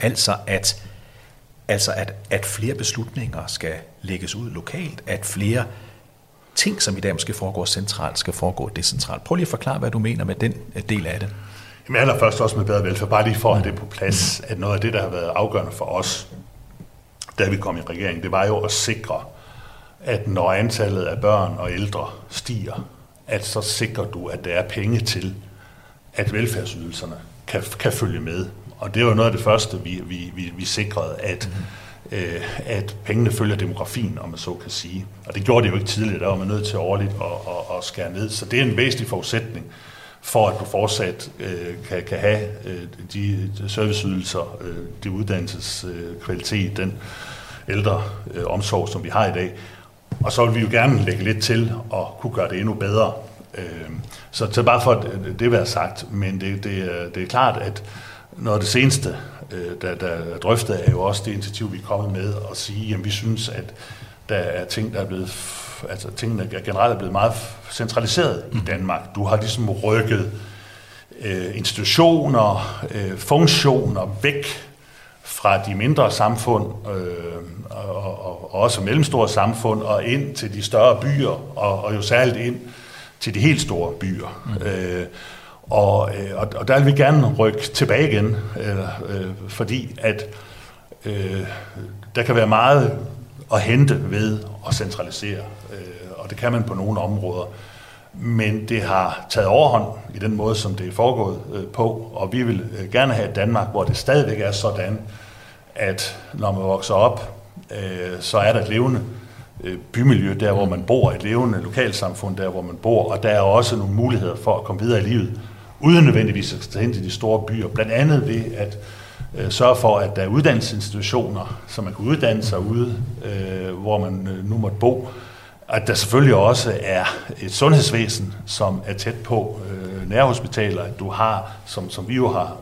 Altså at flere beslutninger skal lægges ud lokalt, at flere ting, som i dag måske foregår centralt, skal foregå decentralt. Prøv lige at forklare, hvad du mener med den del af det. Jamen allerførst også med bedre velfærd, bare lige for at det på plads, at noget af det, der har været afgørende for os, da vi kom i regering, det var jo at sikre, at når antallet af børn og ældre stiger, at så sikrer du, at der er penge til, at velfærdsydelserne kan følge med. Og det var noget af det første, vi sikrede, at pengene følger demografien, om man så kan sige. Og det gjorde det jo ikke tidligere, der var man nødt til årligt at skære ned. Så det er en væsentlig forudsætning for, at du fortsat kan have de serviceydelser, de uddannelseskvalitet, den ældre omsorg, som vi har i dag. Og så vil vi jo gerne lægge lidt til at kunne gøre det endnu bedre. Så bare for det være sagt, men det er klart, at noget af det seneste, der er drøftet, er jo også det initiativ, vi er kommet med at sige, at vi synes, at der er ting, der er blevet, altså tingene generelt er blevet meget centraliseret i Danmark. Du har ligesom rykket institutioner, funktioner væk fra de mindre samfund og også mellemstore samfund og ind til de større byer og jo særligt ind til de helt store byer. Og der vil vi gerne rykke tilbage igen, fordi at der kan være meget at hente ved at centralisere, og det kan man på nogle områder. Men det har taget overhånd i den måde, som det er foregået på, og vi vil gerne have et Danmark, hvor det stadigvæk er sådan, at når man vokser op, så er der et levende bymiljø der, hvor man bor, et levende lokalsamfund der, hvor man bor, og der er også nogle muligheder for at komme videre i livet, uden nødvendigvis at tage hen til de store byer, blandt andet ved at sørge for, at der er uddannelsesinstitutioner, så man kan uddanne sig ude, hvor man nu måtte bo, at der selvfølgelig også er et sundhedsvæsen, som er tæt på nærhospitaler, at du har, som vi jo har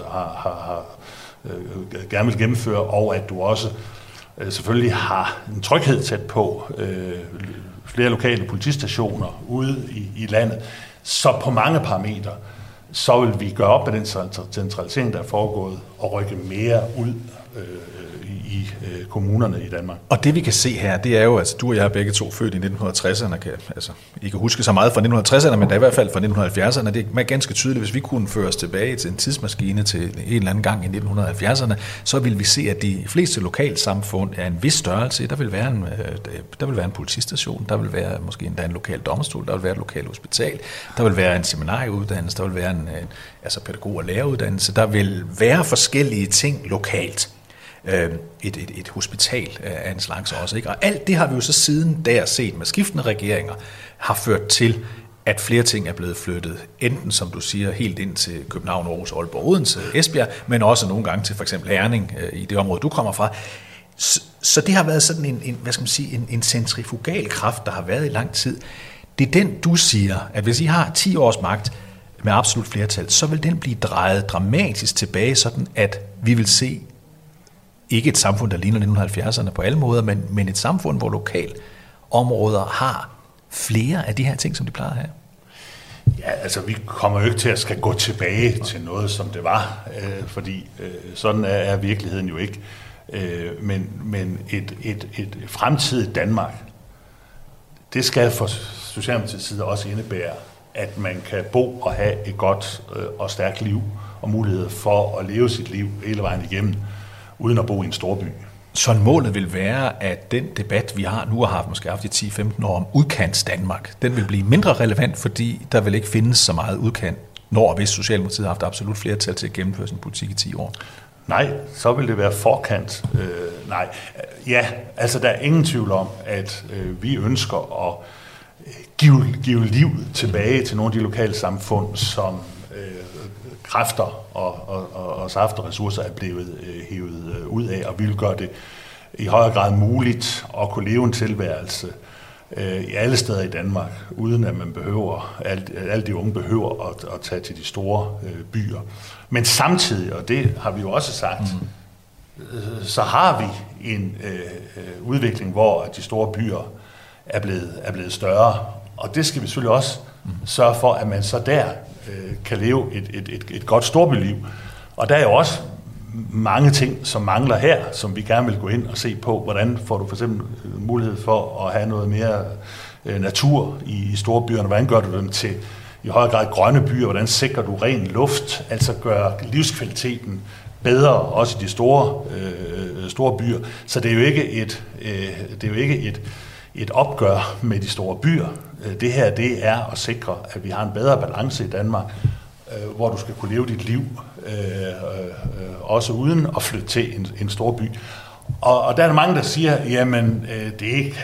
gerne vil gennemføre, og at du også selvfølgelig har en tryghed tæt på, flere lokale politistationer ude i landet. Så på mange parametre, så vil vi gøre op med den centralisering, der er foregået, og rykke mere ud i kommunerne i Danmark. Og det vi kan se her, det er jo, altså du og jeg er begge to født i 1960'erne, I kan huske så meget fra 1960'erne, men der i hvert fald fra 1970'erne, det er ganske tydeligt, hvis vi kunne føre os tilbage til en tidsmaskine til en eller anden gang i 1970'erne, så vil vi se, at de fleste lokalsamfund er en vis størrelse. Der vil være en politistation, der vil være måske endda en lokal domstol, der vil være et lokalt hospital, der vil være en seminarieuddannelse, der vil være en pædagog- og læreruddannelse, der vil være forskellige ting lokalt. Et hospital af en slags også, ikke? Og alt det har vi jo så siden der set med skiftende regeringer, har ført til, at flere ting er blevet flyttet, enten som du siger, helt ind til København, Aarhus, Aalborg, Odense, Esbjerg, men også nogle gange til for eksempel Herning i det område, du kommer fra. Så det har været sådan en centrifugal kraft, der har været i lang tid. Det er den, du siger, at hvis I har 10 års magt med absolut flertal, så vil den blive drejet dramatisk tilbage, sådan at vi vil se ikke et samfund, der ligner 1970'erne på alle måder, men et samfund, hvor lokalområder har flere af de her ting, som de plejer at have. Ja, altså vi kommer jo ikke til at skal gå tilbage til noget, som det var, fordi sådan er virkeligheden jo ikke. Men et fremtidigt Danmark, det skal for Socialdemokratiets side også indebære, at man kan bo og have et godt og stærkt liv og mulighed for at leve sit liv hele vejen igennem, uden at bo i en storby. Så målet vil være, at den debat, vi har nu og har måske haft i 10-15 år om udkants Danmark, den vil blive mindre relevant, fordi der vil ikke findes så meget udkant, når og hvis Socialdemokratiet har haft absolut flertal til at gennemføre sin politik i 10 år. Nej, så vil det være forkant. Nej, ja, altså der er ingen tvivl om, at vi ønsker at give liv tilbage til nogle af de lokale samfund, som kræfter og saft og ressourcer er blevet hævet ud af, og vi vil gøre det i højere grad muligt at kunne leve en tilværelse i alle steder i Danmark, uden at man behøver, alle de unge behøver at tage til de store byer. Men samtidig, og det har vi jo også sagt, så har vi en udvikling, hvor de store byer er blevet større, og det skal vi selvfølgelig også sørge for, at man så der kan leve et godt storbyliv. Og der er jo også mange ting, som mangler her, som vi gerne vil gå ind og se på. Hvordan får du for eksempel mulighed for at have noget mere natur i storbyerne? Hvordan gør du dem til i højere grad grønne byer? Hvordan sikrer du ren luft? Altså gør livskvaliteten bedre, også i de store byer. Så det er jo ikke et opgør med de store byer. Det her, det er at sikre, at vi har en bedre balance i Danmark, hvor du skal kunne leve dit liv, også uden at flytte til en stor by. Og der er der mange, der siger, jamen, det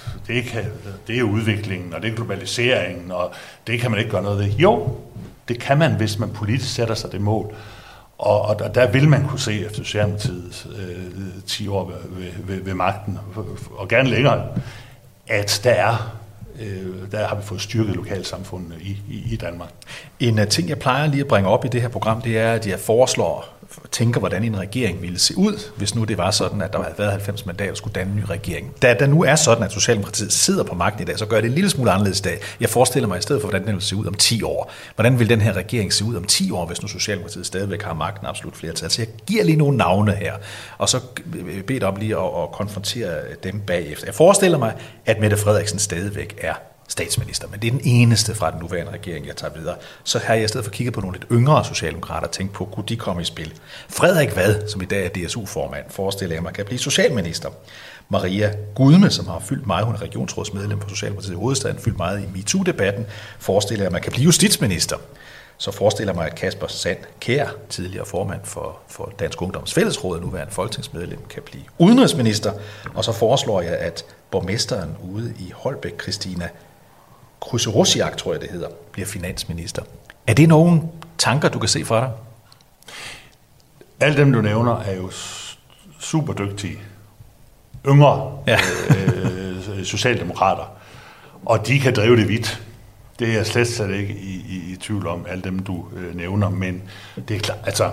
er udviklingen, og det er globaliseringen, og det kan man ikke gøre noget ved. Jo, det kan man, hvis man politisk sætter sig det mål. Og der vil man kunne se efter Socialdemokratiets 10 år ved magten, og gerne længere, at der har vi fået styrket lokalsamfundene i Danmark. En ting, jeg plejer lige at bringe op i det her program, det er, at jeg tænker, hvordan en regering ville se ud, hvis nu det var sådan, at der havde været 90 mandater og skulle danne en ny regering. Da der nu er sådan, at Socialdemokratiet sidder på magten i dag, så gør det en lille smule anderledes i dag. Jeg forestiller mig i stedet for, hvordan den vil se ud om 10 år. Hvordan vil den her regering se ud om 10 år, hvis nu Socialdemokratiet stadigvæk har magten absolut flertal? Så jeg giver lige nogle navne her, og så beder jeg om lige at konfrontere dem bagefter. Jeg forestiller mig, at Mette Frederiksen stadigvæk er statsminister, men det er den eneste fra den nuværende regering, jeg tager videre. Så har jeg i stedet for kigget på nogle lidt yngre socialdemokrater og tænkt på, kunne de komme i spil? Frederik Vad, som i dag er DSU-formand, forestiller jeg mig, kan blive socialminister. Maria Gudme, som har fyldt meget, hun er regionsrådsmedlem for Socialdemokratiet i hovedstaden, fyldt meget i MeToo-debatten, forestiller jeg mig, kan blive justitsminister. Så forestiller jeg mig, at Kasper Sand Kjær, tidligere formand for Dansk Ungdoms Fællesråd, nuværende folketingsmedlem, kan blive udenrigsminister. Og så foreslår jeg, at borgmesteren ude i Holbæk, Christina Krysorossiak, tror jeg det hedder, bliver finansminister. Er det nogle tanker, du kan se for dig? Alle dem, du nævner, er jo super dygtige, yngre socialdemokrater, og de kan drive det vidt. Det er jeg slet ikke i tvivl om, alle dem, du nævner, men det er klart, altså,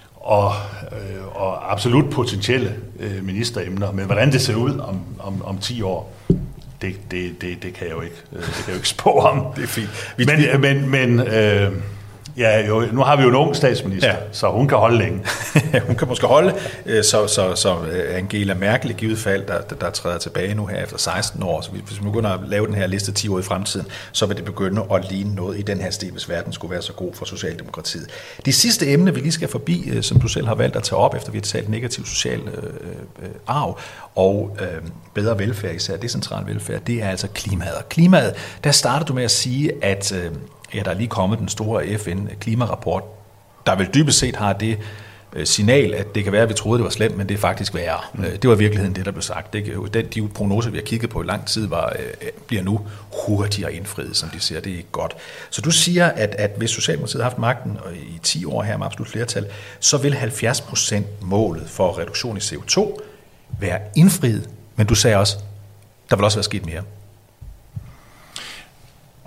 og absolut potentielle ministeremner, men hvordan det ser ud om 10 år, det kan jeg jo ikke spå om. Det er fint. Men nu har vi jo en ung statsminister, så hun kan holde længe. Hun kan måske holde, så Angela Merkel i givet fald, der træder tilbage nu her efter 16 år. Så hvis vi begynder at lave den her liste 10 år i fremtiden, så vil det begynde at ligne noget i den her stil, hvis verden skulle være så god for Socialdemokratiet. Det sidste emne, vi lige skal forbi, som du selv har valgt at tage op, efter vi har talt negativ social arv og bedre velfærd, især decentral velfærd, det er altså klimaet. Og klimaet, der starter du med at sige, at der er lige kommet den store FN-klimarapport, der vel dybest set har det signal, at det kan være, at vi troede, det var slemt, men det er faktisk værre. Det var i virkeligheden det, der blev sagt. De prognoser, vi har kigget på i lang tid, bliver nu hurtigere indfriet, som de siger. Det er ikke godt. Så du siger, at hvis Socialdemokratiet har haft magten i 10 år her med absolut flertal, så vil 70% målet for reduktion i CO2 være indfriet. Men du sagde også, der vil også være sket mere.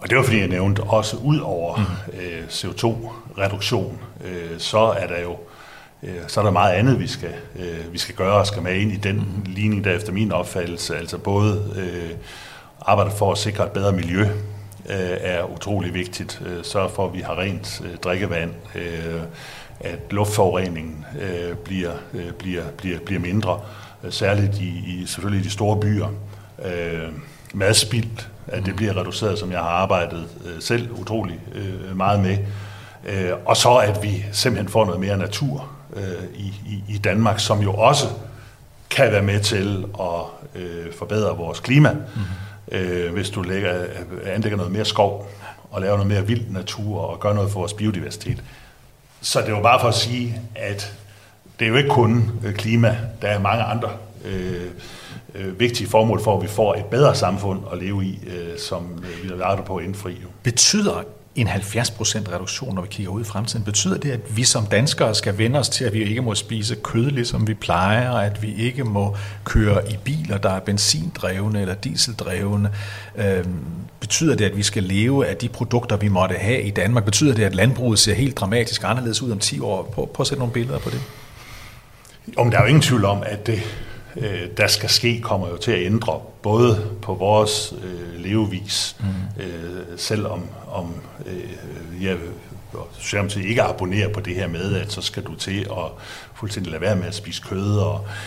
Og det var fordi, jeg nævnte også ud over CO2-reduktion, så er der meget andet, vi skal gøre og skal med ind i den ligning, der efter min opfattelse, altså både arbejde for at sikre et bedre miljø, er utrolig vigtigt. Sørge for, at vi har rent drikkevand, at luftforureningen bliver mindre, særligt selvfølgelig i de store byer. Madspild, at det bliver reduceret, som jeg har arbejdet selv utrolig meget med. Og så at vi simpelthen får noget mere natur i Danmark, som jo også kan være med til at forbedre vores klima. Hvis du anlægger noget mere skov og laver noget mere vild natur og gør noget for vores biodiversitet. Så det er jo bare for at sige, at det er jo ikke kun klima, der er mange andre vigtige formål for, at vi får et bedre samfund at leve i, som vi har været på at indfri. Betyder en 70% reduktion, når vi kigger ud i fremtiden, betyder det, at vi som danskere skal vende os til, at vi ikke må spise kød, ligesom vi plejer, at vi ikke må køre i biler, der er benzindrevne eller dieseldrevne? Betyder det, at vi skal leve af de produkter, vi måtte have i Danmark? Betyder det, at landbruget ser helt dramatisk anderledes ud om 10 år? Prøv at sætte nogle billeder på det. Der er jo ingen tvivl om, at det, der skal ske, kommer jo til at ændre både på vores levevis, selvom jeg Socialdemokratiet ikke abonnerer på det her med, at så skal du til at fuldstændig lade være med at spise kød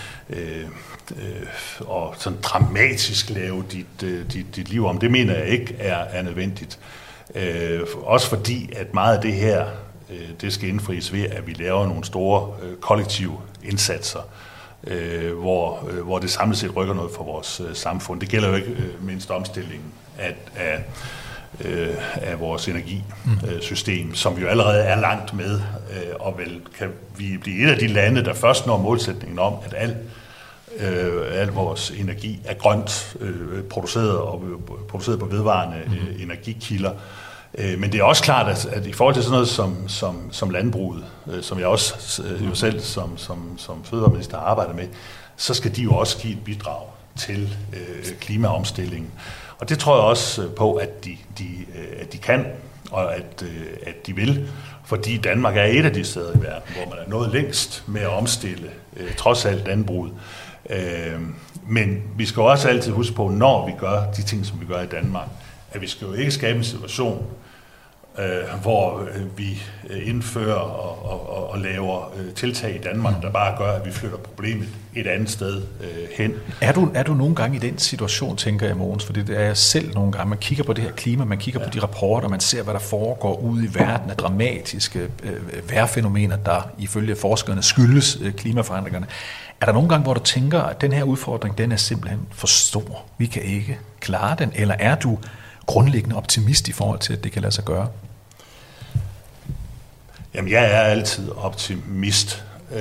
og sådan dramatisk lave dit liv om. Det mener jeg ikke er nødvendigt. Også fordi, at meget af det her, det skal indfries ved, at vi laver nogle store kollektive indsatser, hvor det samlet set rykker noget for vores samfund. Det gælder jo ikke mindst omstillingen af vores energisystem, som vi jo allerede er langt med, og vel kan vi blive et af de lande, der først når målsætningen om, at al vores energi er grønt produceret på vedvarende energikilder. Men det er også klart, at i forhold til sådan noget som landbruget, som jeg også jo selv som fødevareminister har arbejdet med, så skal de jo også give et bidrag til klimaomstillingen. Og det tror jeg også på, at de kan, og at de vil, fordi Danmark er et af de steder i verden, hvor man er nået længst med at omstille trods alt landbruget. Men vi skal også altid huske på, når vi gør de ting, som vi gør i Danmark, at vi skal jo ikke skabe en situation, hvor vi indfører og laver tiltag i Danmark, der bare gør, at vi flytter problemet et andet sted hen. Er du nogle gange i den situation, tænker jeg, Mogens? For det er jeg selv nogle gange. Man kigger på det her klima, man kigger på de rapporter, man ser, hvad der foregår ude i verden af dramatiske vejrfænomener, der ifølge forskerne skyldes klimaforandringerne. Er der nogle gange, hvor du tænker, at den her udfordring, den er simpelthen for stor? Vi kan ikke klare den, eller er du grundlæggende optimist i forhold til, at det kan lade sig gøre? Jamen, jeg er altid optimist.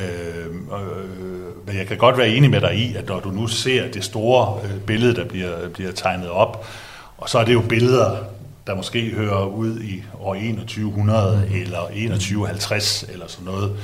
Men jeg kan godt være enig med dig i, at når du nu ser det store billede, der bliver tegnet op, og så er det jo billeder, der måske hører ud i år 2100 eller 2150 eller sådan noget,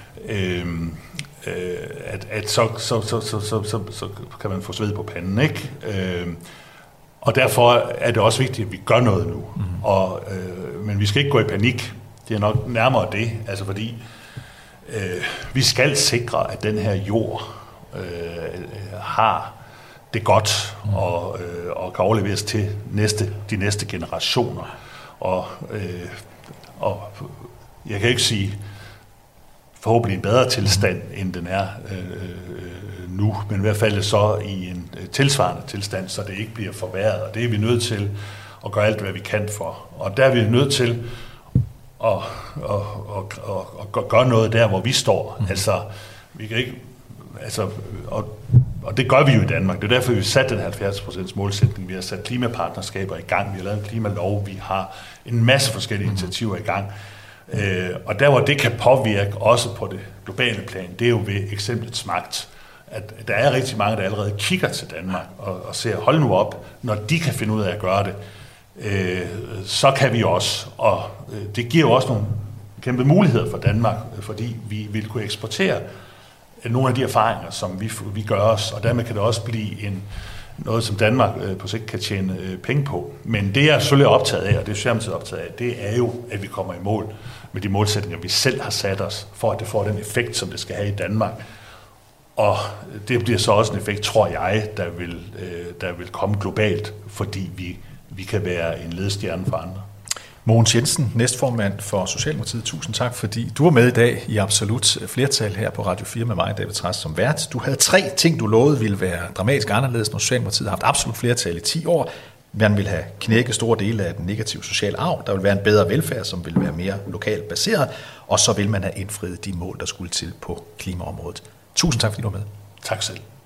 så kan man få sved på panden, ikke? Og derfor er det også vigtigt, at vi gør noget nu. Men vi skal ikke gå i panik. Det er nok nærmere det, altså fordi vi skal sikre, at den her jord har det godt og kan overleveres til de næste generationer. Og jeg kan ikke sige forhåbentlig en bedre tilstand, end den er nu, men i hvert fald så i en tilsvarende tilstand, så det ikke bliver forværret. Og det er vi nødt til at gøre alt, hvad vi kan for. Og der er vi nødt til at gøre noget der, hvor vi står. Altså, vi kan ikke, og det gør vi jo i Danmark. Det er derfor, vi har sat den 70% målsætning. Vi har sat klimapartnerskaber i gang. Vi har lavet en klimalov. Vi har en masse forskellige initiativer i gang. Og der, hvor det kan påvirke også på det globale plan, det er jo ved eksemplets magt. At der er rigtig mange, der allerede kigger til Danmark og ser, hold nu op, når de kan finde ud af at gøre det, så kan vi også. Og det giver jo også nogle kæmpe muligheder for Danmark, fordi vi vil kunne eksportere nogle af de erfaringer, som vi gør os, og dermed kan det også blive noget, som Danmark på sigt kan tjene penge på. Men det, jeg er selvfølgelig optaget af, og det er Socialdemokratiet optaget af, det er jo, at vi kommer i mål med de målsætninger, vi selv har sat os, for at det får den effekt, som det skal have i Danmark. Og det bliver så også en effekt, tror jeg, der vil komme globalt, fordi vi kan være en ledestjerne for andre. Mogens Jensen, næstformand for Socialdemokratiet, tusind tak, fordi du var med i dag i Absolut Flertal her på Radio 4 med mig, David Trads, som vært. Du havde 3 ting, du lovede ville være dramatisk anderledes, når Socialdemokratiet har haft absolut flertal i 10 år. Man vil have knækket store dele af den negative sociale arv. Der vil være en bedre velfærd, som vil være mere lokalt baseret. Og så vil man have indfriet de mål, der skulle til på klimaområdet. Tusind tak, fordi du var med. Tak selv.